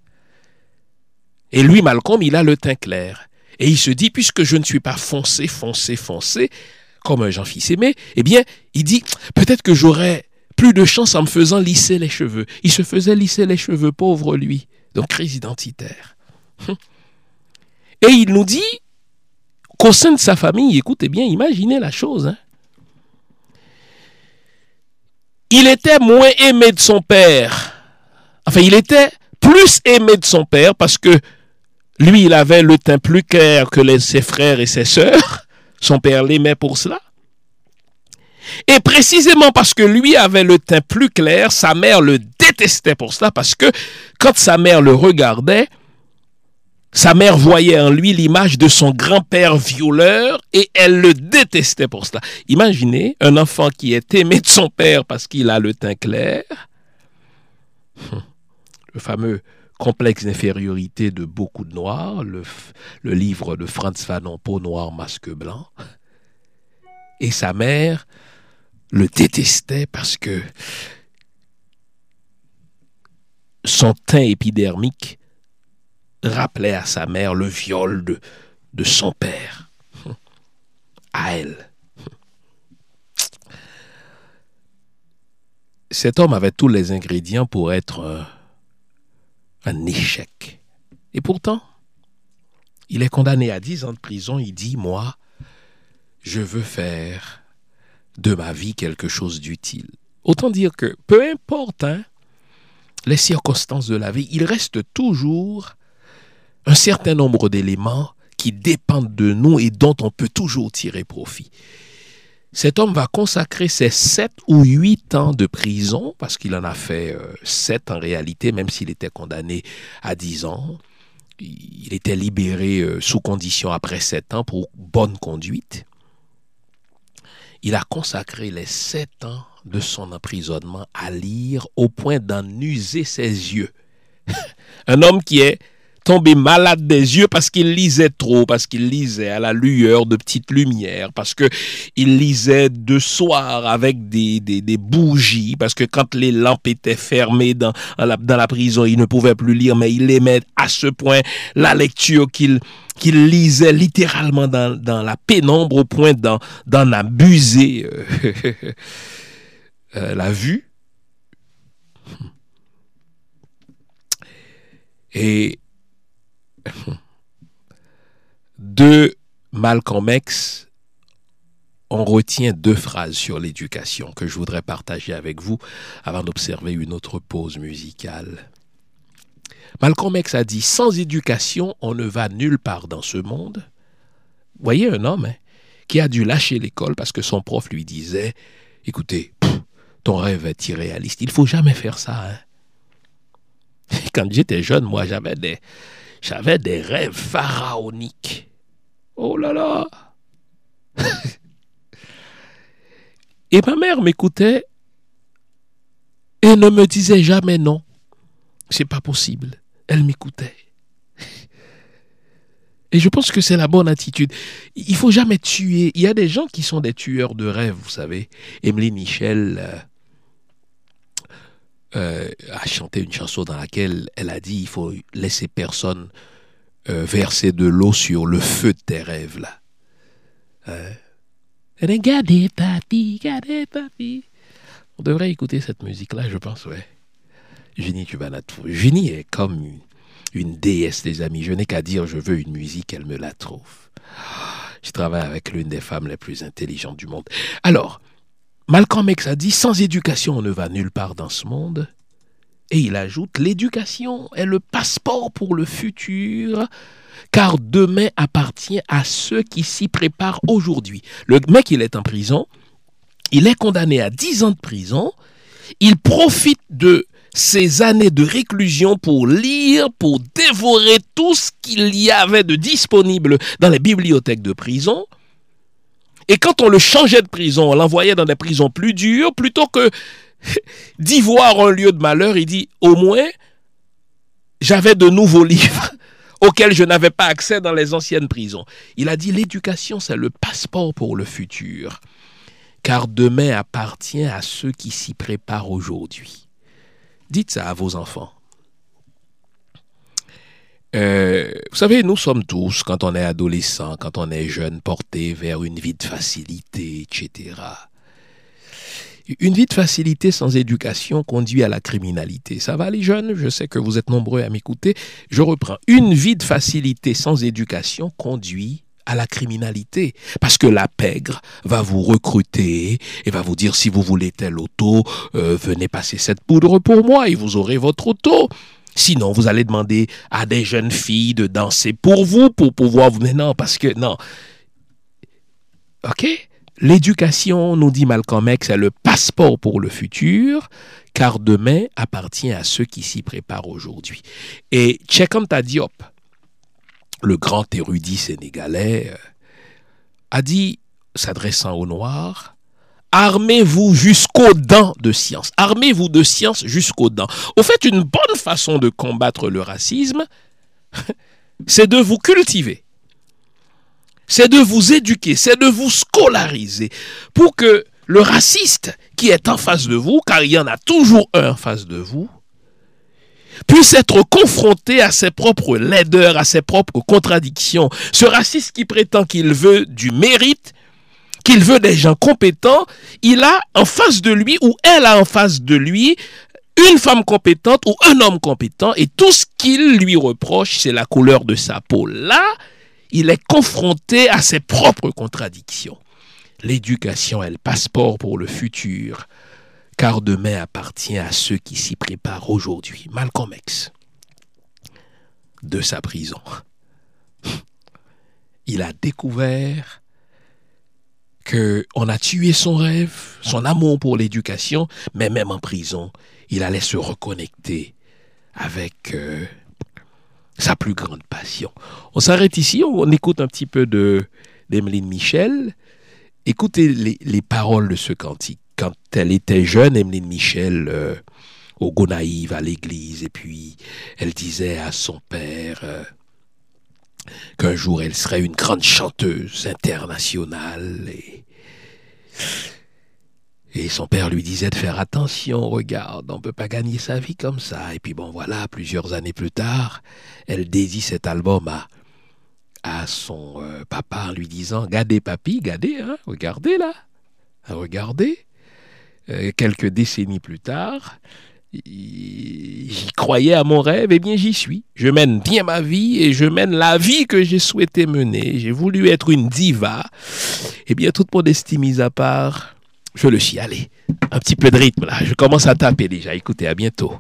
Et lui, Malcolm, il a le teint clair. Et il se dit, puisque je ne suis pas foncé, foncé, foncé, comme un Jean-Fils aimé, eh bien, il dit, peut-être que j'aurais plus de chance en me faisant lisser les cheveux. Il se faisait lisser les cheveux, pauvre lui. Donc, crise identitaire. Et il nous dit qu'au sein de sa famille, écoutez bien, imaginez la chose, hein. Il était moins aimé de son père. Enfin, il était plus aimé de son père parce que lui, il avait le teint plus clair que les, ses frères et ses sœurs. Son père l'aimait pour cela. Et précisément parce que lui avait le teint plus clair, sa mère le détestait pour cela, parce que quand sa mère le regardait, sa mère voyait en lui l'image de son grand-père violeur et elle le détestait pour cela. Imaginez un enfant qui est aimé de son père parce qu'il a le teint clair. Le fameux complexe d'infériorité de beaucoup de noirs, le, le livre de Frantz Fanon, Peau noire, masque blanc. Et sa mère le détestait parce que son teint épidermique rappelait à sa mère le viol de, de son père, à elle. Cet homme avait tous les ingrédients pour être un, un échec. Et pourtant, il est condamné à dix ans de prison. Il dit, moi, je veux faire de ma vie quelque chose d'utile. Autant dire que, peu importe hein, les circonstances de la vie, il reste toujours un certain nombre d'éléments qui dépendent de nous et dont on peut toujours tirer profit. Cet homme va consacrer ses sept ou huit ans de prison, parce qu'il en a fait euh, sept en réalité, même s'il était condamné à dix ans. Il était libéré euh, sous condition après sept ans pour bonne conduite. Il a consacré les sept ans de son emprisonnement à lire au point d'en user ses yeux. Un homme qui est tombé malade des yeux parce qu'il lisait trop, parce qu'il lisait à la lueur de petites lumières, parce qu'il lisait de soir avec des, des, des bougies, parce que quand les lampes étaient fermées dans, dans, la, dans la prison, il ne pouvait plus lire, mais il aimait à ce point la lecture qu'il, qu'il lisait littéralement dans, dans la pénombre au point d'en, d'en abuser euh, euh, la vue. Et de Malcolm X, on retient deux phrases sur l'éducation que je voudrais partager avec vous avant d'observer une autre pause musicale. Malcolm X a dit, sans éducation, on ne va nulle part dans ce monde. Vous voyez un homme hein, qui a dû lâcher l'école parce que son prof lui disait, écoutez, pff, ton rêve est irréaliste, il ne faut jamais faire ça. Hein. Quand j'étais jeune, moi, j'avais des, j'avais des rêves pharaoniques. Oh là là! Et ma mère m'écoutait et ne me disait jamais non. C'est pas possible. Elle m'écoutait. Et je pense que c'est la bonne attitude. Il faut jamais tuer. Il y a des gens qui sont des tueurs de rêves, vous savez. Emily Michel euh, euh, a chanté une chanson dans laquelle elle a dit il faut laisser personne euh, verser de l'eau sur le feu de tes rêves là. Euh, Regardez papi, regardez papi. On devrait écouter cette musique-là, je pense, ouais. Junie Tubanatou. Junie est comme une, une déesse, les amis. Je n'ai qu'à dire, je veux une musique, elle me la trouve. Je travaille avec l'une des femmes les plus intelligentes du monde. Alors, Malcolm X a dit, sans éducation, on ne va nulle part dans ce monde. Et il ajoute, l'éducation est le passeport pour le futur, car demain appartient à ceux qui s'y préparent aujourd'hui. Le mec, il est en prison, il est condamné à dix ans de prison, il profite de ces années de réclusion pour lire, pour dévorer tout ce qu'il y avait de disponible dans les bibliothèques de prison. Et quand on le changeait de prison, on l'envoyait dans des prisons plus dures, plutôt que d'y voir un lieu de malheur, il dit, au moins, j'avais de nouveaux livres auxquels je n'avais pas accès dans les anciennes prisons. Il a dit, l'éducation, c'est le passeport pour le futur, car demain appartient à ceux qui s'y préparent aujourd'hui. Dites ça à vos enfants. Euh, vous savez, nous sommes tous, quand on est adolescent, quand on est jeune, portés vers une vie de facilité, et cetera. Une vie de facilité sans éducation conduit à la criminalité. Ça va les jeunes? Je sais que vous êtes nombreux à m'écouter. Je reprends. Une vie de facilité sans éducation conduit à la criminalité. Parce que la pègre va vous recruter et va vous dire si vous voulez telle auto, euh, venez passer cette poudre pour moi et vous aurez votre auto. Sinon, vous allez demander à des jeunes filles de danser pour vous, pour pouvoir vous... Mais non, parce que non. OK? L'éducation, nous dit Malcolm X, c'est le passeport pour le futur, car demain appartient à ceux qui s'y préparent aujourd'hui. Et Cheikh Anta Diop, le grand érudit sénégalais, a dit, s'adressant aux Noirs, armez-vous jusqu'aux dents de science. Armez-vous de science jusqu'aux dents. Au fait, une bonne façon de combattre le racisme, c'est de vous cultiver. C'est de vous éduquer, c'est de vous scolariser pour que le raciste qui est en face de vous, car il y en a toujours un en face de vous, puisse être confronté à ses propres laideurs, à ses propres contradictions. Ce raciste qui prétend qu'il veut du mérite, qu'il veut des gens compétents, il a en face de lui ou elle a en face de lui une femme compétente ou un homme compétent et tout ce qu'il lui reproche, c'est la couleur de sa peau. Là, il est confronté à ses propres contradictions. L'éducation est le passeport pour le futur, car demain appartient à ceux qui s'y préparent aujourd'hui. Malcolm X, de sa prison, il a découvert qu'on a tué son rêve, son amour pour l'éducation, mais même en prison, il allait se reconnecter avec euh, sa plus grande passion. On s'arrête ici, on écoute un petit peu de d'Emily Michel. Écoutez les, les paroles de ce cantique. Quand elle était jeune, Emily Michel, euh, au Gonaïve, à l'église, et puis elle disait à son père euh, qu'un jour elle serait une grande chanteuse internationale. Et, et son père lui disait de faire attention, regarde, on ne peut pas gagner sa vie comme ça. Et puis bon, voilà, plusieurs années plus tard, elle dédie cet album à, à son euh, papa en lui disant, regardez papy, regardez, hein, regardez là, regardez. Euh, quelques décennies plus tard, j'y croyais à mon rêve, et bien j'y suis. Je mène bien ma vie et je mène la vie que j'ai souhaité mener. J'ai voulu être une diva. Et bien, toute modestie mise à part, je le suis. Allez, un petit peu de rythme là. Je commence à taper déjà. Écoutez, à bientôt.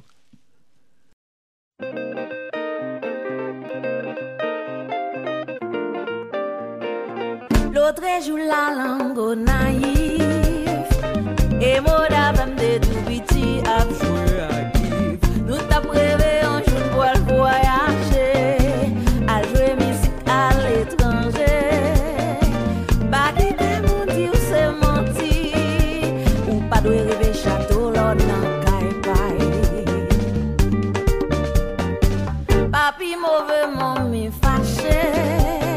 L'autre joue la langue au naïf. Et moi d'avant de tout petit à jouer à Kiev. Nous t'a prévé un jour pour le voyager, à jouer musique à l'étranger. Pas quitter mon Dieu, c'est menti. Ou pas de rêver château, l'on n'a qu'à papi mauvais, mamie fâché.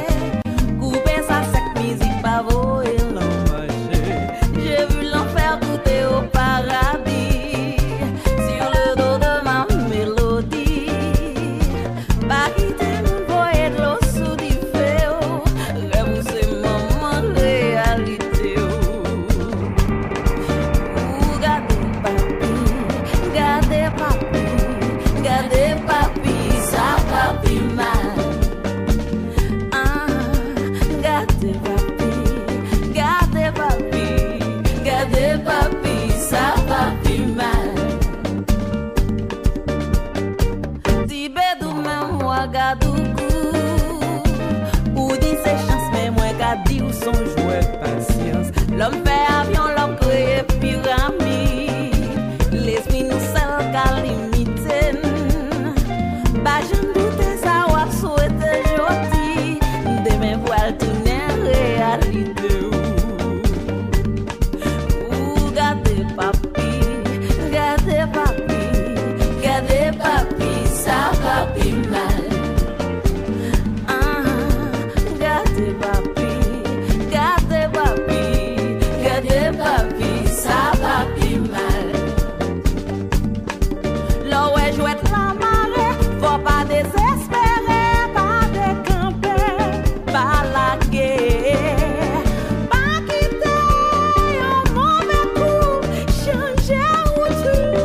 Ouagadougou. Ou dit c'est chance, mais moi qu'a dit ou son jouet patience. L'homme fait avion, l'homme crée pyramide. L'esprit nous seul qu'à limiter. Bah je ne doute ça ou à souhaiter jodi. Demain voile tourner réalité. Ou gardez papi, gardez papi, gardez papi, ça va plus mal. Ah, gardez papi, gardez papi, gardez papi, ça va plus mal. Là où est jouette la marée, faut pas désespérer, pas décamper, pas la guerre, pas quitter un mauvais coup, changer ou tout.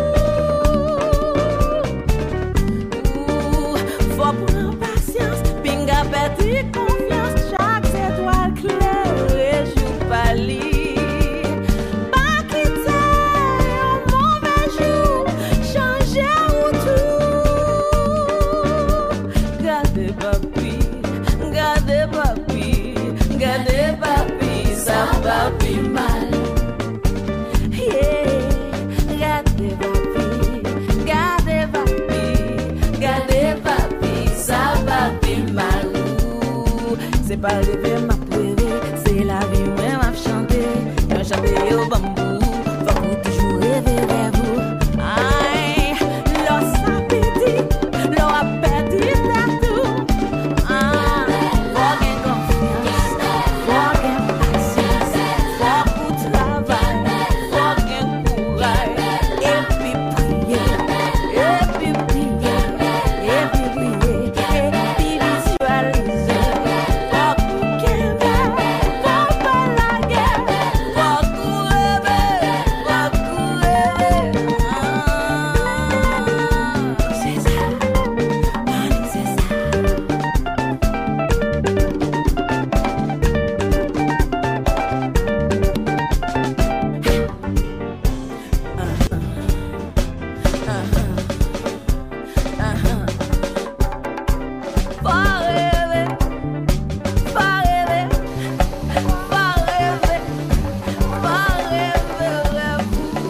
Ouh, faut prendre patience, pinga perdu confiance, chaque étoile claire joue pâli. Pas quitter un mauvais jour, changer ou tout. Gardez papi, gardez papi, gardez papi, ça va plus mal. Yeah, gardez papi, gardez papi, gardez papi, ça va plus mal. Ouh, c'est pas rêver ma prairie, c'est la vie moi m'a chanté, m'a chanté au bambou, faut que toujours rêver vers vous. Aïe, l'eau s'appétit, l'eau a perdu tout. Ah, faut gain confiance, faut gain patience, faut pour travail, faut gain courage, et puis prier, et puis prier, et puis prier, et puis visualiser. Faut pour qu'aimer, faut pas la guerre, faut pour rêver, faut pour rêver. Ah, c'est ça, Mani, c'est ça. Faut rêver, faut rêver, faut rêver, faut rêver, rêve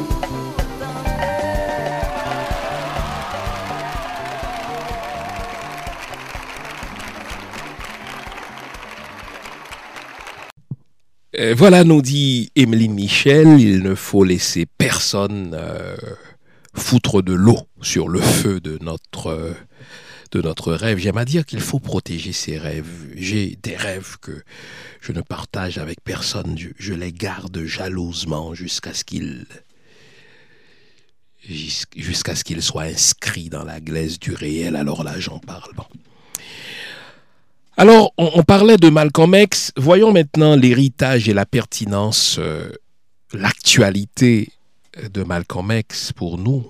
Euh, voilà, nous dit Emeline Michel, il ne faut laisser personne euh, foutre de l'eau sur le feu de notre, euh, de notre rêve. J'aime à dire qu'il faut protéger ses rêves. J'ai des rêves que je ne partage avec personne. Je, je les garde jalousement jusqu'à ce qu'ils jusqu'à ce qu'ils soient inscrits dans la glaise du réel. Alors là, j'en parle. Bon. Alors, on, on parlait de Malcolm X. Voyons maintenant l'héritage et la pertinence, euh, l'actualité de Malcolm X pour nous.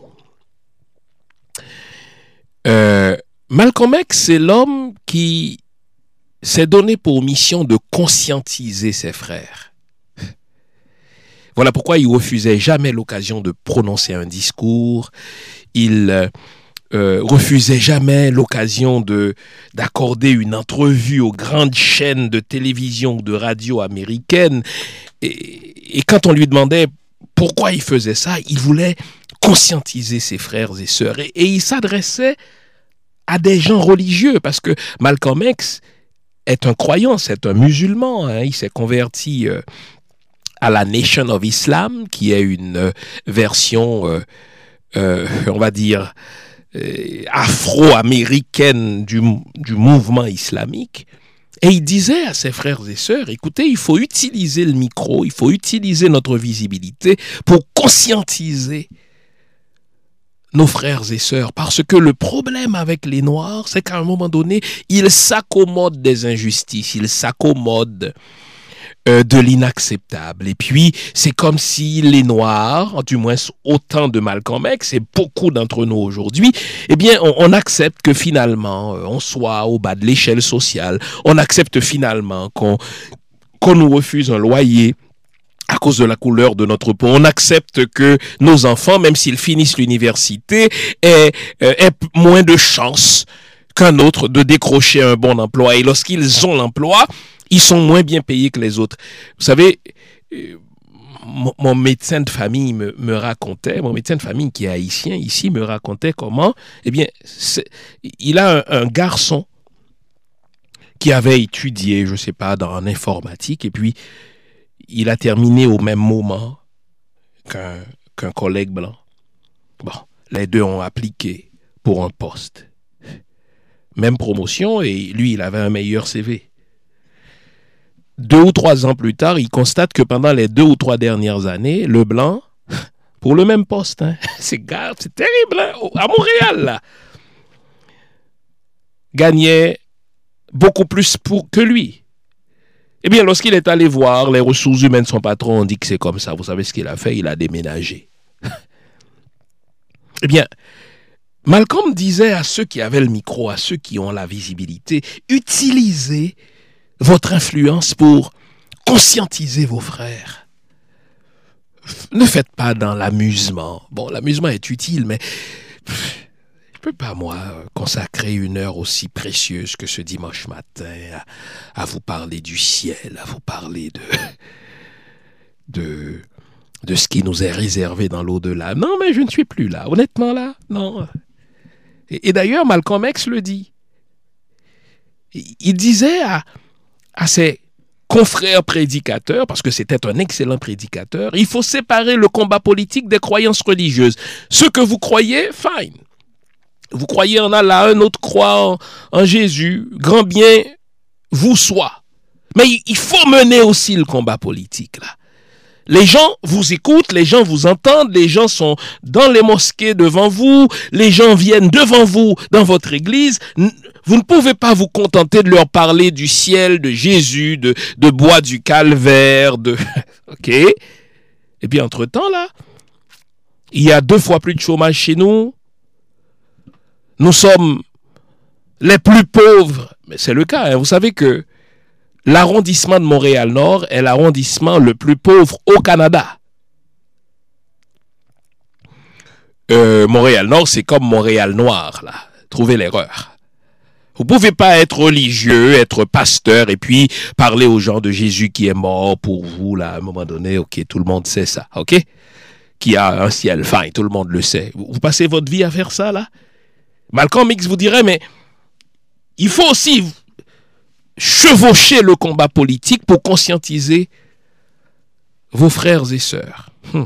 Euh, Malcolm X, c'est l'homme qui s'est donné pour mission de conscientiser ses frères. Voilà pourquoi il refusait jamais l'occasion de prononcer un discours. Il euh, euh, refusait jamais l'occasion de d'accorder une entrevue aux grandes chaînes de télévision ou de radio américaines. Et, et quand on lui demandait pourquoi il faisait ça, il voulait conscientiser ses frères et sœurs. Et, et il s'adressait à des gens religieux, parce que Malcolm X est un croyant, c'est un musulman. Hein, il s'est converti euh, à la Nation of Islam, qui est une euh, version, euh, euh, on va dire, euh, afro-américaine du, du mouvement islamique. Et il disait à ses frères et sœurs, écoutez, il faut utiliser le micro, il faut utiliser notre visibilité pour conscientiser nos frères et sœurs, parce que le problème avec les Noirs, c'est qu'à un moment donné, ils s'accommodent des injustices, ils s'accommodent euh, de l'inacceptable. Et puis, c'est comme si les Noirs, du moins autant de Malcolm X et beaucoup d'entre nous aujourd'hui, eh bien, on, on accepte que finalement, euh, on soit au bas de l'échelle sociale, on accepte finalement qu'on qu'on nous refuse un loyer à cause de la couleur de notre peau. On accepte que nos enfants, même s'ils finissent l'université, aient, euh, aient moins de chances qu'un autre de décrocher un bon emploi. Et lorsqu'ils ont l'emploi, ils sont moins bien payés que les autres. Vous savez, mon, mon médecin de famille me, me racontait, mon médecin de famille qui est haïtien ici me racontait comment, eh bien, c'est, il a un, un garçon qui avait étudié, je ne sais pas, dans l'informatique, et puis il a terminé au même moment qu'un, qu'un collègue blanc. Bon, les deux ont appliqué pour un poste. Même promotion, et lui, il avait un meilleur C V. Deux ou trois ans plus tard, il constate que pendant les deux ou trois dernières années, le blanc, pour le même poste, hein, c'est grave, c'est terrible, hein, à Montréal, là, gagnait beaucoup plus pour, que lui. Eh bien, lorsqu'il est allé voir les ressources humaines, son patron, on dit que c'est comme ça. Vous savez ce qu'il a fait? Il a déménagé. Eh bien, Malcolm disait à ceux qui avaient le micro, à ceux qui ont la visibilité, utilisez votre influence pour conscientiser vos frères. Ne faites pas dans l'amusement. Bon, l'amusement est utile, mais je ne peux pas, moi, consacrer une heure aussi précieuse que ce dimanche matin à, à vous parler du ciel, à vous parler de, de, de ce qui nous est réservé dans l'au-delà. Non, mais je ne suis plus là. Honnêtement, là, non. Et, et d'ailleurs, Malcolm X le dit. Il disait à à ses confrères prédicateurs, parce que c'était un excellent prédicateur, il faut séparer le combat politique des croyances religieuses. Ce que vous croyez, fine. Vous croyez en Allah, un autre croit en, en Jésus, grand bien vous soit. Mais il faut mener aussi le combat politique, là. Les gens vous écoutent, les gens vous entendent, les gens sont dans les mosquées devant vous, les gens viennent devant vous dans votre église. Vous ne pouvez pas vous contenter de leur parler du ciel, de Jésus, de, de bois du calvaire, de... OK? Et puis, entre-temps, là, il y a deux fois plus de chômage chez nous. Nous sommes les plus pauvres. Mais c'est le cas, hein. Vous savez que l'arrondissement de Montréal-Nord est l'arrondissement le plus pauvre au Canada. Euh, Montréal-Nord, c'est comme Montréal-Noir, là. Trouvez l'erreur. Vous ne pouvez pas être religieux, être pasteur, et puis parler aux gens de Jésus qui est mort pour vous, là, à un moment donné. OK, tout le monde sait ça, OK? Qui a un ciel fin, tout le monde le sait. Vous passez votre vie à faire ça, là? Malcolm X vous dirait, mais il faut aussi chevaucher le combat politique pour conscientiser vos frères et sœurs. Hmm.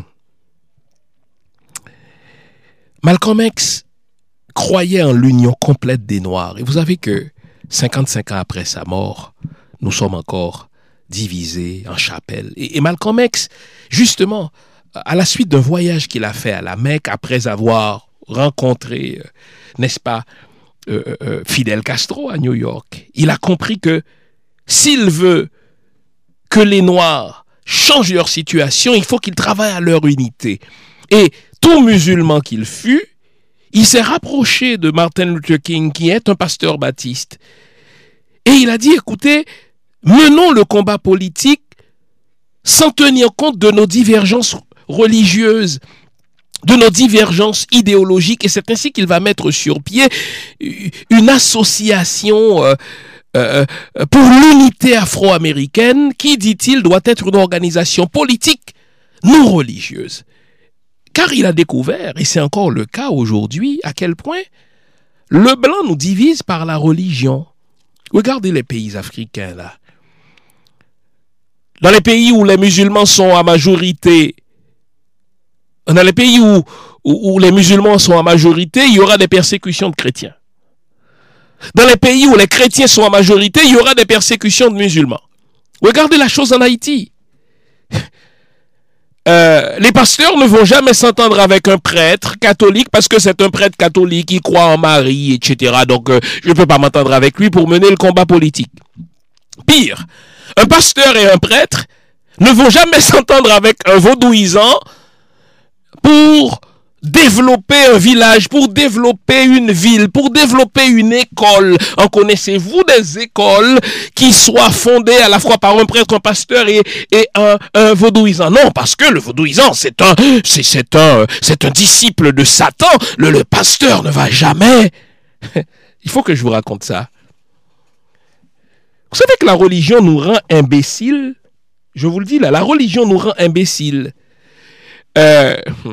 Malcolm X croyait en l'union complète des Noirs. Et vous savez que cinquante-cinq ans après sa mort, nous sommes encore divisés en chapelles. Et, et Malcolm X, justement, à la suite d'un voyage qu'il a fait à la Mecque, après avoir rencontré, euh, n'est-ce pas, Euh, euh, Fidel Castro à New York, il a compris que s'il veut que les Noirs changent leur situation, il faut qu'ils travaillent à leur unité. Et tout musulman qu'il fut, il s'est rapproché de Martin Luther King, qui est un pasteur baptiste. Et il a dit, écoutez, menons le combat politique sans tenir compte de nos divergences religieuses, de nos divergences idéologiques, et c'est ainsi qu'il va mettre sur pied une association euh, euh, pour l'unité afro-américaine qui, dit-il, doit être une organisation politique non religieuse. Car il a découvert, et c'est encore le cas aujourd'hui, à quel point le blanc nous divise par la religion. Regardez les pays africains, là. Dans les pays où les musulmans sont à majorité, dans les pays où, où, où les musulmans sont en majorité, il y aura des persécutions de chrétiens. Dans les pays où les chrétiens sont en majorité, il y aura des persécutions de musulmans. Regardez la chose en Haïti. Euh, les pasteurs ne vont jamais s'entendre avec un prêtre catholique parce que c'est un prêtre catholique qui croit en Marie, et cetera. Donc, euh, je ne peux pas m'entendre avec lui pour mener le combat politique. Pire, un pasteur et un prêtre ne vont jamais s'entendre avec un vaudouisant pour développer un village, pour développer une ville, pour développer une école. En connaissez-vous des écoles qui soient fondées à la fois par un prêtre, un pasteur et, et un, un vaudouisant? Non, parce que le vaudouisant, c'est un, c'est, c'est un, c'est un disciple de Satan. Le, le pasteur ne va jamais, Il faut que je vous raconte ça. Vous savez que la religion nous rend imbéciles? Je vous le dis là, la religion nous rend imbéciles. Euh,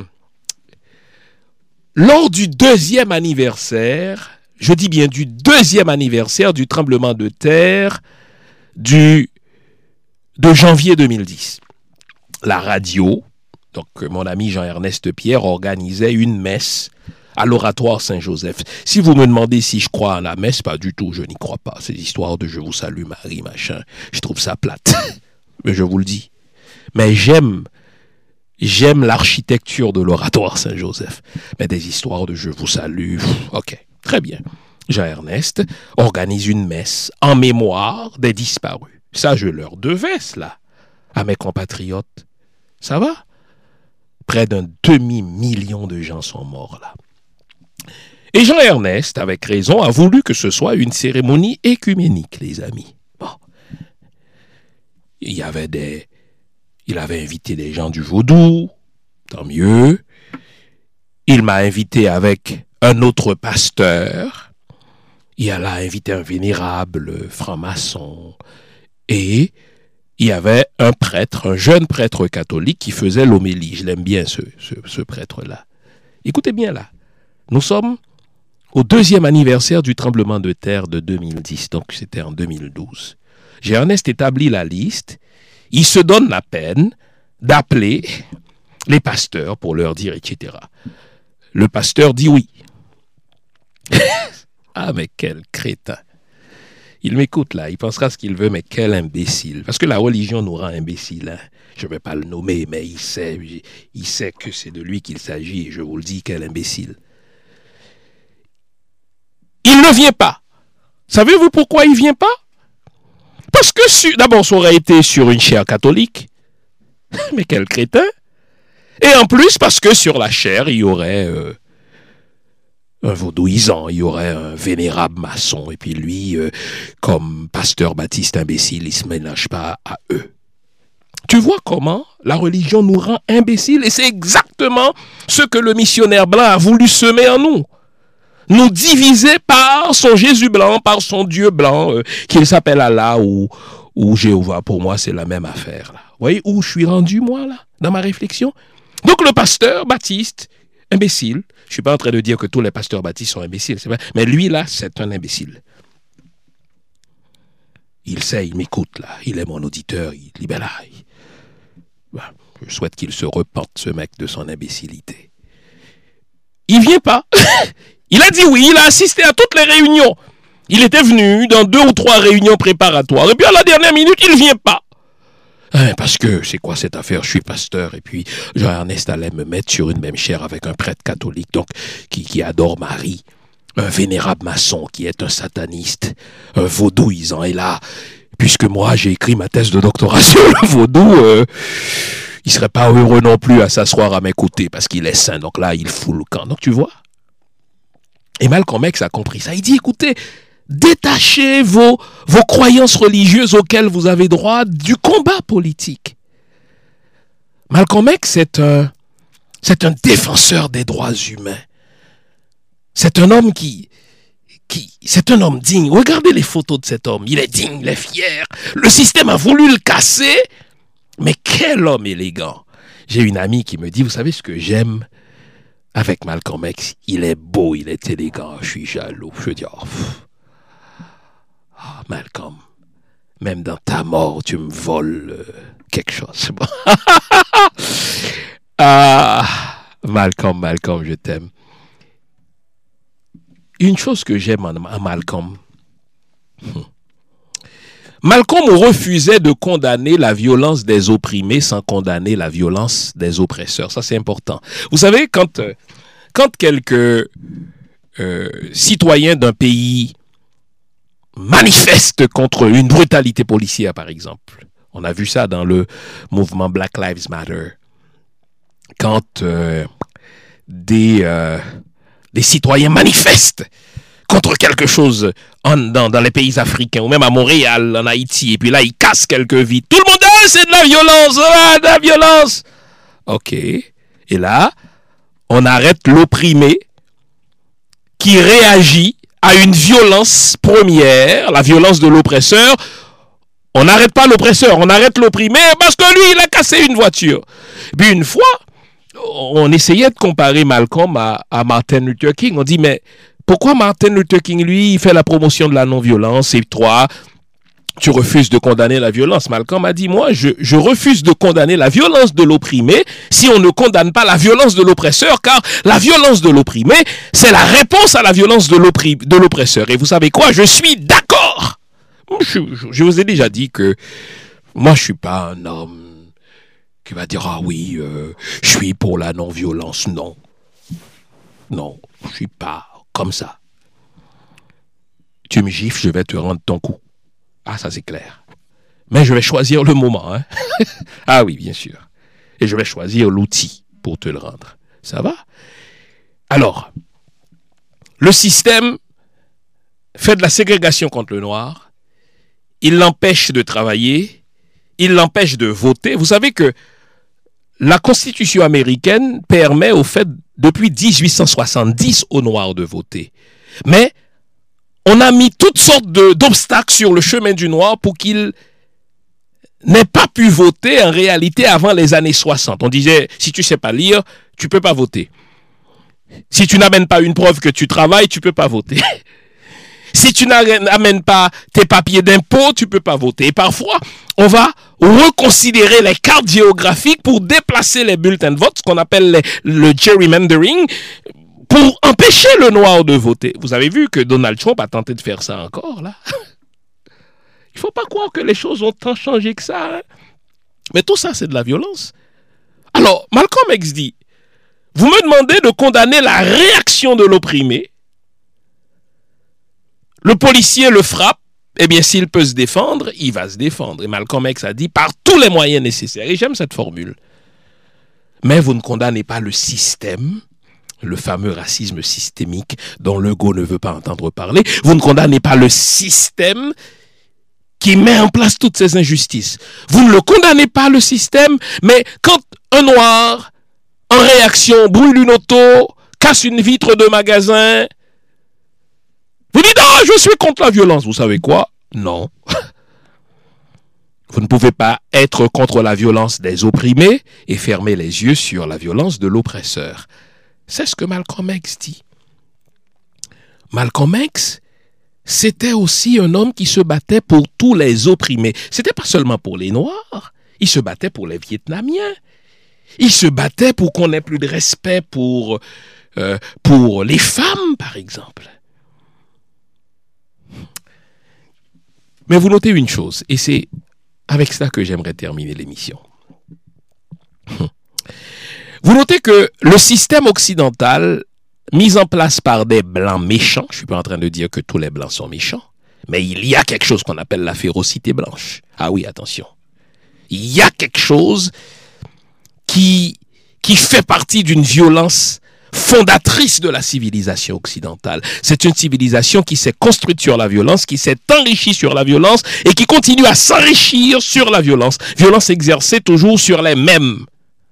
lors du deuxième anniversaire, je dis bien du deuxième anniversaire du tremblement de terre du, de janvier deux mille dix, la radio, donc mon ami Jean-Ernest Pierre, organisait une messe à l'oratoire Saint-Joseph. Si vous me demandez si je crois à la messe, pas du tout, je n'y crois pas. Ces histoires de « je vous salue Marie », machin, je trouve ça plate. Mais je vous le dis. Mais j'aime, j'aime l'architecture de l'oratoire Saint-Joseph. Mais des histoires de « je vous salue », ok, très bien. Jean-Ernest organise une messe en mémoire des disparus. Ça, je leur devais cela à mes compatriotes. Ça va? Près d'un demi-million de gens sont morts là. Et Jean-Ernest, avec raison, a voulu que ce soit une cérémonie écuménique, les amis. Bon. Il y avait des... Il avait invité des gens du vaudou, tant mieux. Il m'a invité avec un autre pasteur. Il a invité un vénérable franc-maçon. Et il y avait un prêtre, un jeune prêtre catholique qui faisait l'homélie. Je l'aime bien, ce, ce, ce prêtre-là. Écoutez bien là. Nous sommes au deuxième anniversaire du tremblement de terre de deux mille dix, donc c'était en deux mille douze. Jean-Ernest établit la liste, il se donne la peine d'appeler les pasteurs pour leur dire, et cetera. Le pasteur dit oui. Ah, mais quel crétin. Il m'écoute là, il pensera ce qu'il veut, mais quel imbécile. Parce que la religion nous rend imbéciles. Hein. Je ne vais pas le nommer, mais il sait, il sait que c'est de lui qu'il s'agit, et je vous le dis, quel imbécile. Il ne vient pas. Savez-vous pourquoi il ne vient pas? Parce que, sur... d'abord, ça aurait été sur une chaire catholique. Mais quel crétin. Et en plus, parce que sur la chaire, il y aurait euh, un vaudouisant, il y aurait un vénérable maçon. Et puis lui, euh, comme pasteur baptiste imbécile, il ne se ménage pas à eux. Tu vois comment la religion nous rend imbéciles? Et c'est exactement ce que le missionnaire blanc a voulu semer en nous. Nous diviser par son Jésus blanc, par son Dieu blanc, euh, qu'il s'appelle Allah ou, ou Jéhovah. Pour moi, c'est la même affaire. Là. Vous voyez où je suis rendu, moi, là, dans ma réflexion? Donc, le pasteur baptiste, imbécile, je ne suis pas en train de dire que tous les pasteurs baptistes sont imbéciles, c'est vrai, mais lui, là, c'est un imbécile. Il sait, il m'écoute, là, il est mon auditeur, il dit, ben là, il... ben, je souhaite qu'il se repente, ce mec, de son imbécilité. Il vient pas. Il a dit oui, il a assisté à toutes les réunions. Il était venu dans deux ou trois réunions préparatoires. Et puis à la dernière minute, il ne vient pas. Hein, parce que c'est quoi cette affaire? Je suis pasteur. Et puis Jean-Ernest allait me mettre sur une même chaire avec un prêtre catholique, donc qui, qui adore Marie. Un vénérable maçon qui est un sataniste, un vaudouisant. Et là, puisque moi j'ai écrit ma thèse de doctorat sur le vaudou, euh, il ne serait pas heureux non plus à s'asseoir à mes côtés parce qu'il est saint. Donc là, il fout le camp. Donc tu vois? Et Malcolm X a compris ça. Il dit, écoutez, détachez vos, vos croyances religieuses auxquelles vous avez droit du combat politique. Malcolm X, c'est un, c'est un défenseur des droits humains. C'est un homme qui, qui, c'est un homme digne. Regardez les photos de cet homme. Il est digne, il est fier. Le système a voulu le casser. Mais quel homme élégant. J'ai une amie qui me dit, vous savez ce que j'aime avec Malcolm X, il est beau, il est élégant, je suis jaloux. Je dis, oh, oh, Malcolm, même dans ta mort, tu me voles euh, quelque chose. Bon. Ah, Malcolm, Malcolm, je t'aime. Une chose que j'aime en, en Malcolm, hmm. Malcolm refusait de condamner la violence des opprimés sans condamner la violence des oppresseurs. Ça, c'est important. Vous savez, quand, quand quelques euh, citoyens d'un pays manifestent contre une brutalité policière, par exemple, on a vu ça dans le mouvement Black Lives Matter, quand euh, des, euh, des citoyens manifestent contre quelque chose en, dans, dans les pays africains, ou même à Montréal, en Haïti, et puis là, ils cassent quelques vitres. Tout le monde dit, ah, c'est de la violence, ah, de la violence. OK. Et là, on arrête l'opprimé qui réagit à une violence première, la violence de l'oppresseur, on n'arrête pas l'oppresseur, on arrête l'opprimé parce que lui, il a cassé une voiture. Puis une fois, on essayait de comparer Malcolm à, à Martin Luther King. On dit, mais pourquoi Martin Luther King, lui, il fait la promotion de la non-violence et toi, tu refuses de condamner la violence? Malcolm a dit, moi, je, je refuse de condamner la violence de l'opprimé si on ne condamne pas la violence de l'oppresseur, car la violence de l'opprimé, c'est la réponse à la violence de l'oppresseur. Et vous savez quoi? Je suis d'accord. Je, je, je vous ai déjà dit que moi, je suis pas un homme qui va dire, ah oui, euh, je suis pour la non-violence. Non. Non, je suis pas comme ça. Tu me gifles, je vais te rendre ton coup. Ah, ça c'est clair. Mais je vais choisir le moment. Hein? Ah oui, bien sûr. Et je vais choisir l'outil pour te le rendre. Ça va? Alors, le système fait de la ségrégation contre le noir. Il l'empêche de travailler. Il l'empêche de voter. Vous savez que la Constitution américaine permet au fait, depuis dix-huit cent soixante-dix, aux Noirs de voter. Mais on a mis toutes sortes de, d'obstacles sur le chemin du Noir pour qu'il n'ait pas pu voter en réalité avant les années soixante. On disait, si tu ne sais pas lire, tu ne peux pas voter. Si tu n'amènes pas une preuve que tu travailles, tu ne peux pas voter. Si tu n'amènes pas tes papiers d'impôt, tu ne peux pas voter. Et parfois, on va reconsidérer les cartes géographiques pour déplacer les bulletins de vote, ce qu'on appelle les, le gerrymandering, pour empêcher le noir de voter. Vous avez vu que Donald Trump a tenté de faire ça encore, là. Il ne faut pas croire que les choses ont tant changé que ça. Hein? Mais tout ça, c'est de la violence. Alors, Malcolm X dit, vous me demandez de condamner la réaction de l'opprimé. Le policier le frappe, eh bien, s'il peut se défendre, il va se défendre. Et Malcolm X a dit, par tous les moyens nécessaires. Et j'aime cette formule. Mais vous ne condamnez pas le système, le fameux racisme systémique dont Legault ne veut pas entendre parler. Vous ne condamnez pas le système qui met en place toutes ces injustices. Vous ne le condamnez pas, le système, mais quand un noir, en réaction, brûle une auto, casse une vitre de magasin, vous dites, ah, je suis contre la violence. Vous savez quoi? Non. Vous ne pouvez pas être contre la violence des opprimés et fermer les yeux sur la violence de l'oppresseur. C'est ce que Malcolm X dit. Malcolm X, c'était aussi un homme qui se battait pour tous les opprimés. C'était pas seulement pour les Noirs. Il se battait pour les Vietnamiens. Il se battait pour qu'on ait plus de respect pour, euh, pour les femmes, par exemple. Mais vous notez une chose, et c'est avec ça que j'aimerais terminer l'émission. Vous notez que le système occidental, mis en place par des blancs méchants, je ne suis pas en train de dire que tous les blancs sont méchants, mais il y a quelque chose qu'on appelle la férocité blanche. Ah oui, attention. Il y a quelque chose qui, qui fait partie d'une violence fondatrice de la civilisation occidentale. C'est une civilisation qui s'est construite sur la violence, qui s'est enrichie sur la violence et qui continue à s'enrichir sur la violence. Violence exercée toujours sur les mêmes.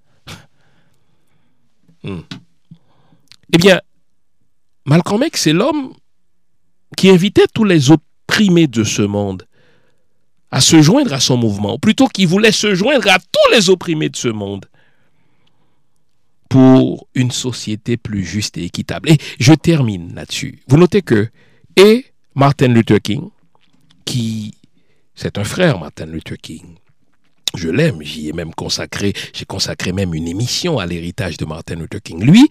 Hmm. Eh bien, Malcolm X, c'est l'homme qui invitait tous les opprimés de ce monde à se joindre à son mouvement, ou plutôt qu'il voulait se joindre à tous les opprimés de ce monde pour une société plus juste et équitable. Et je termine là-dessus. Vous notez que, et Martin Luther King, qui, c'est un frère, Martin Luther King, je l'aime, j'y ai même consacré, j'ai consacré même une émission à l'héritage de Martin Luther King. Lui,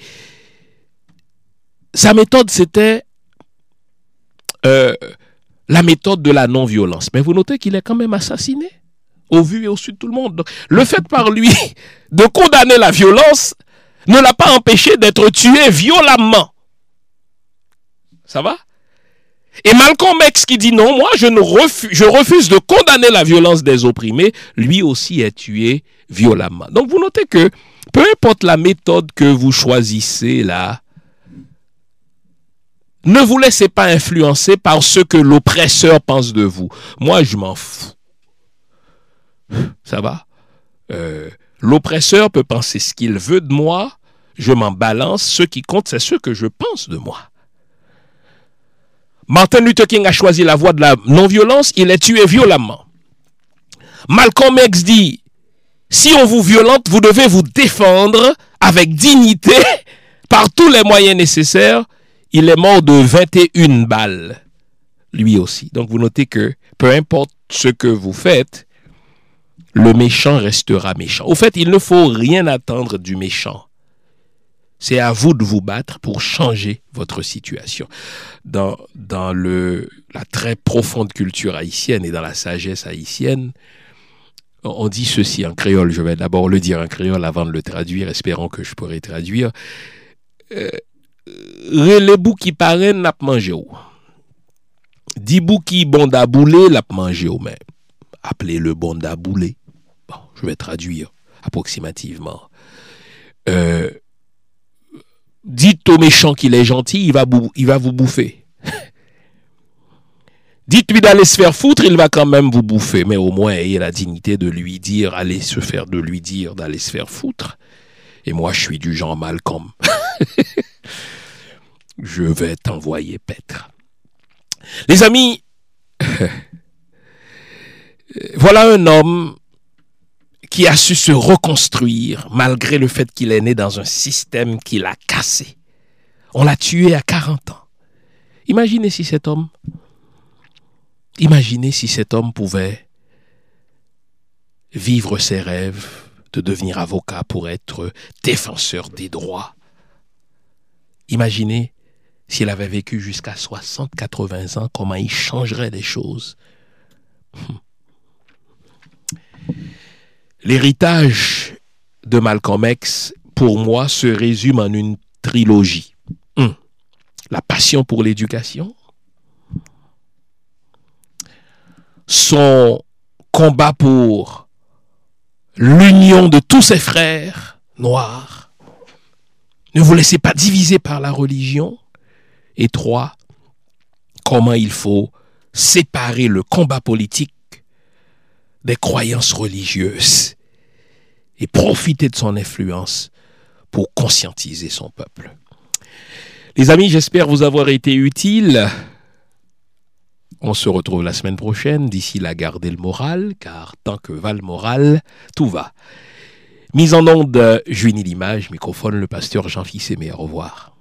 sa méthode, c'était euh, la méthode de la non-violence. Mais vous notez qu'il est quand même assassiné, au vu et au su de tout le monde. Donc, le fait par lui de condamner la violence ne l'a pas empêché d'être tué violemment. Ça va? Et Malcolm X qui dit non, moi je, ne refuse, je refuse de condamner la violence des opprimés, lui aussi est tué violemment. Donc vous notez que peu importe la méthode que vous choisissez là, ne vous laissez pas influencer par ce que l'oppresseur pense de vous. Moi je m'en fous. Ça va? Euh... L'oppresseur peut penser ce qu'il veut de moi, je m'en balance, ce qui compte, c'est ce que je pense de moi. Martin Luther King a choisi la voie de la non-violence, il est tué violemment. Malcolm X dit, si on vous violente, vous devez vous défendre avec dignité par tous les moyens nécessaires. Il est mort de vingt et une balles, lui aussi. Donc vous notez que peu importe ce que vous faites, le méchant restera méchant. Au fait, il ne faut rien attendre du méchant. C'est à vous de vous battre pour changer votre situation. Dans, dans le, la très profonde culture haïtienne et dans la sagesse haïtienne, on dit ceci en créole. Je vais d'abord le dire en créole avant de le traduire, espérant que je pourrai traduire. Euh, les bouts qui paraissent n'a pas mangé ou. Dix bouts qui bon d'aboulé n'a pas mangé ou même. Appelez-le bon d'aboulé. Bon, je vais traduire approximativement. Euh, Dites au méchant qu'il est gentil, il va, bou- il va vous bouffer. Dites-lui d'aller se faire foutre, il va quand même vous bouffer. Mais au moins, ayez la dignité de lui dire, allez se faire, de lui dire d'aller se faire foutre. Et moi, je suis du genre Malcolm. Je vais t'envoyer paître. Les amis, voilà un homme qui a su se reconstruire malgré le fait qu'il est né dans un système qui l'a cassé. On l'a tué à quarante ans. Imaginez si cet homme, imaginez si cet homme pouvait vivre ses rêves de devenir avocat pour être défenseur des droits. Imaginez s'il avait vécu jusqu'à soixante, quatre-vingts ans, comment il changerait les choses. L'héritage de Malcolm X, pour moi, se résume en une trilogie. Un, la passion pour l'éducation. Son combat pour l'union de tous ses frères noirs. Ne vous laissez pas diviser par la religion. Et trois, comment il faut séparer le combat politique des croyances religieuses et profiter de son influence pour conscientiser son peuple. Les amis, j'espère vous avoir été utile. On se retrouve la semaine prochaine. D'ici là, gardez le moral, car tant que va le moral, tout va. Mise en onde, Junie Limage, microphone, le pasteur Jean-Fils Aimé. Au revoir.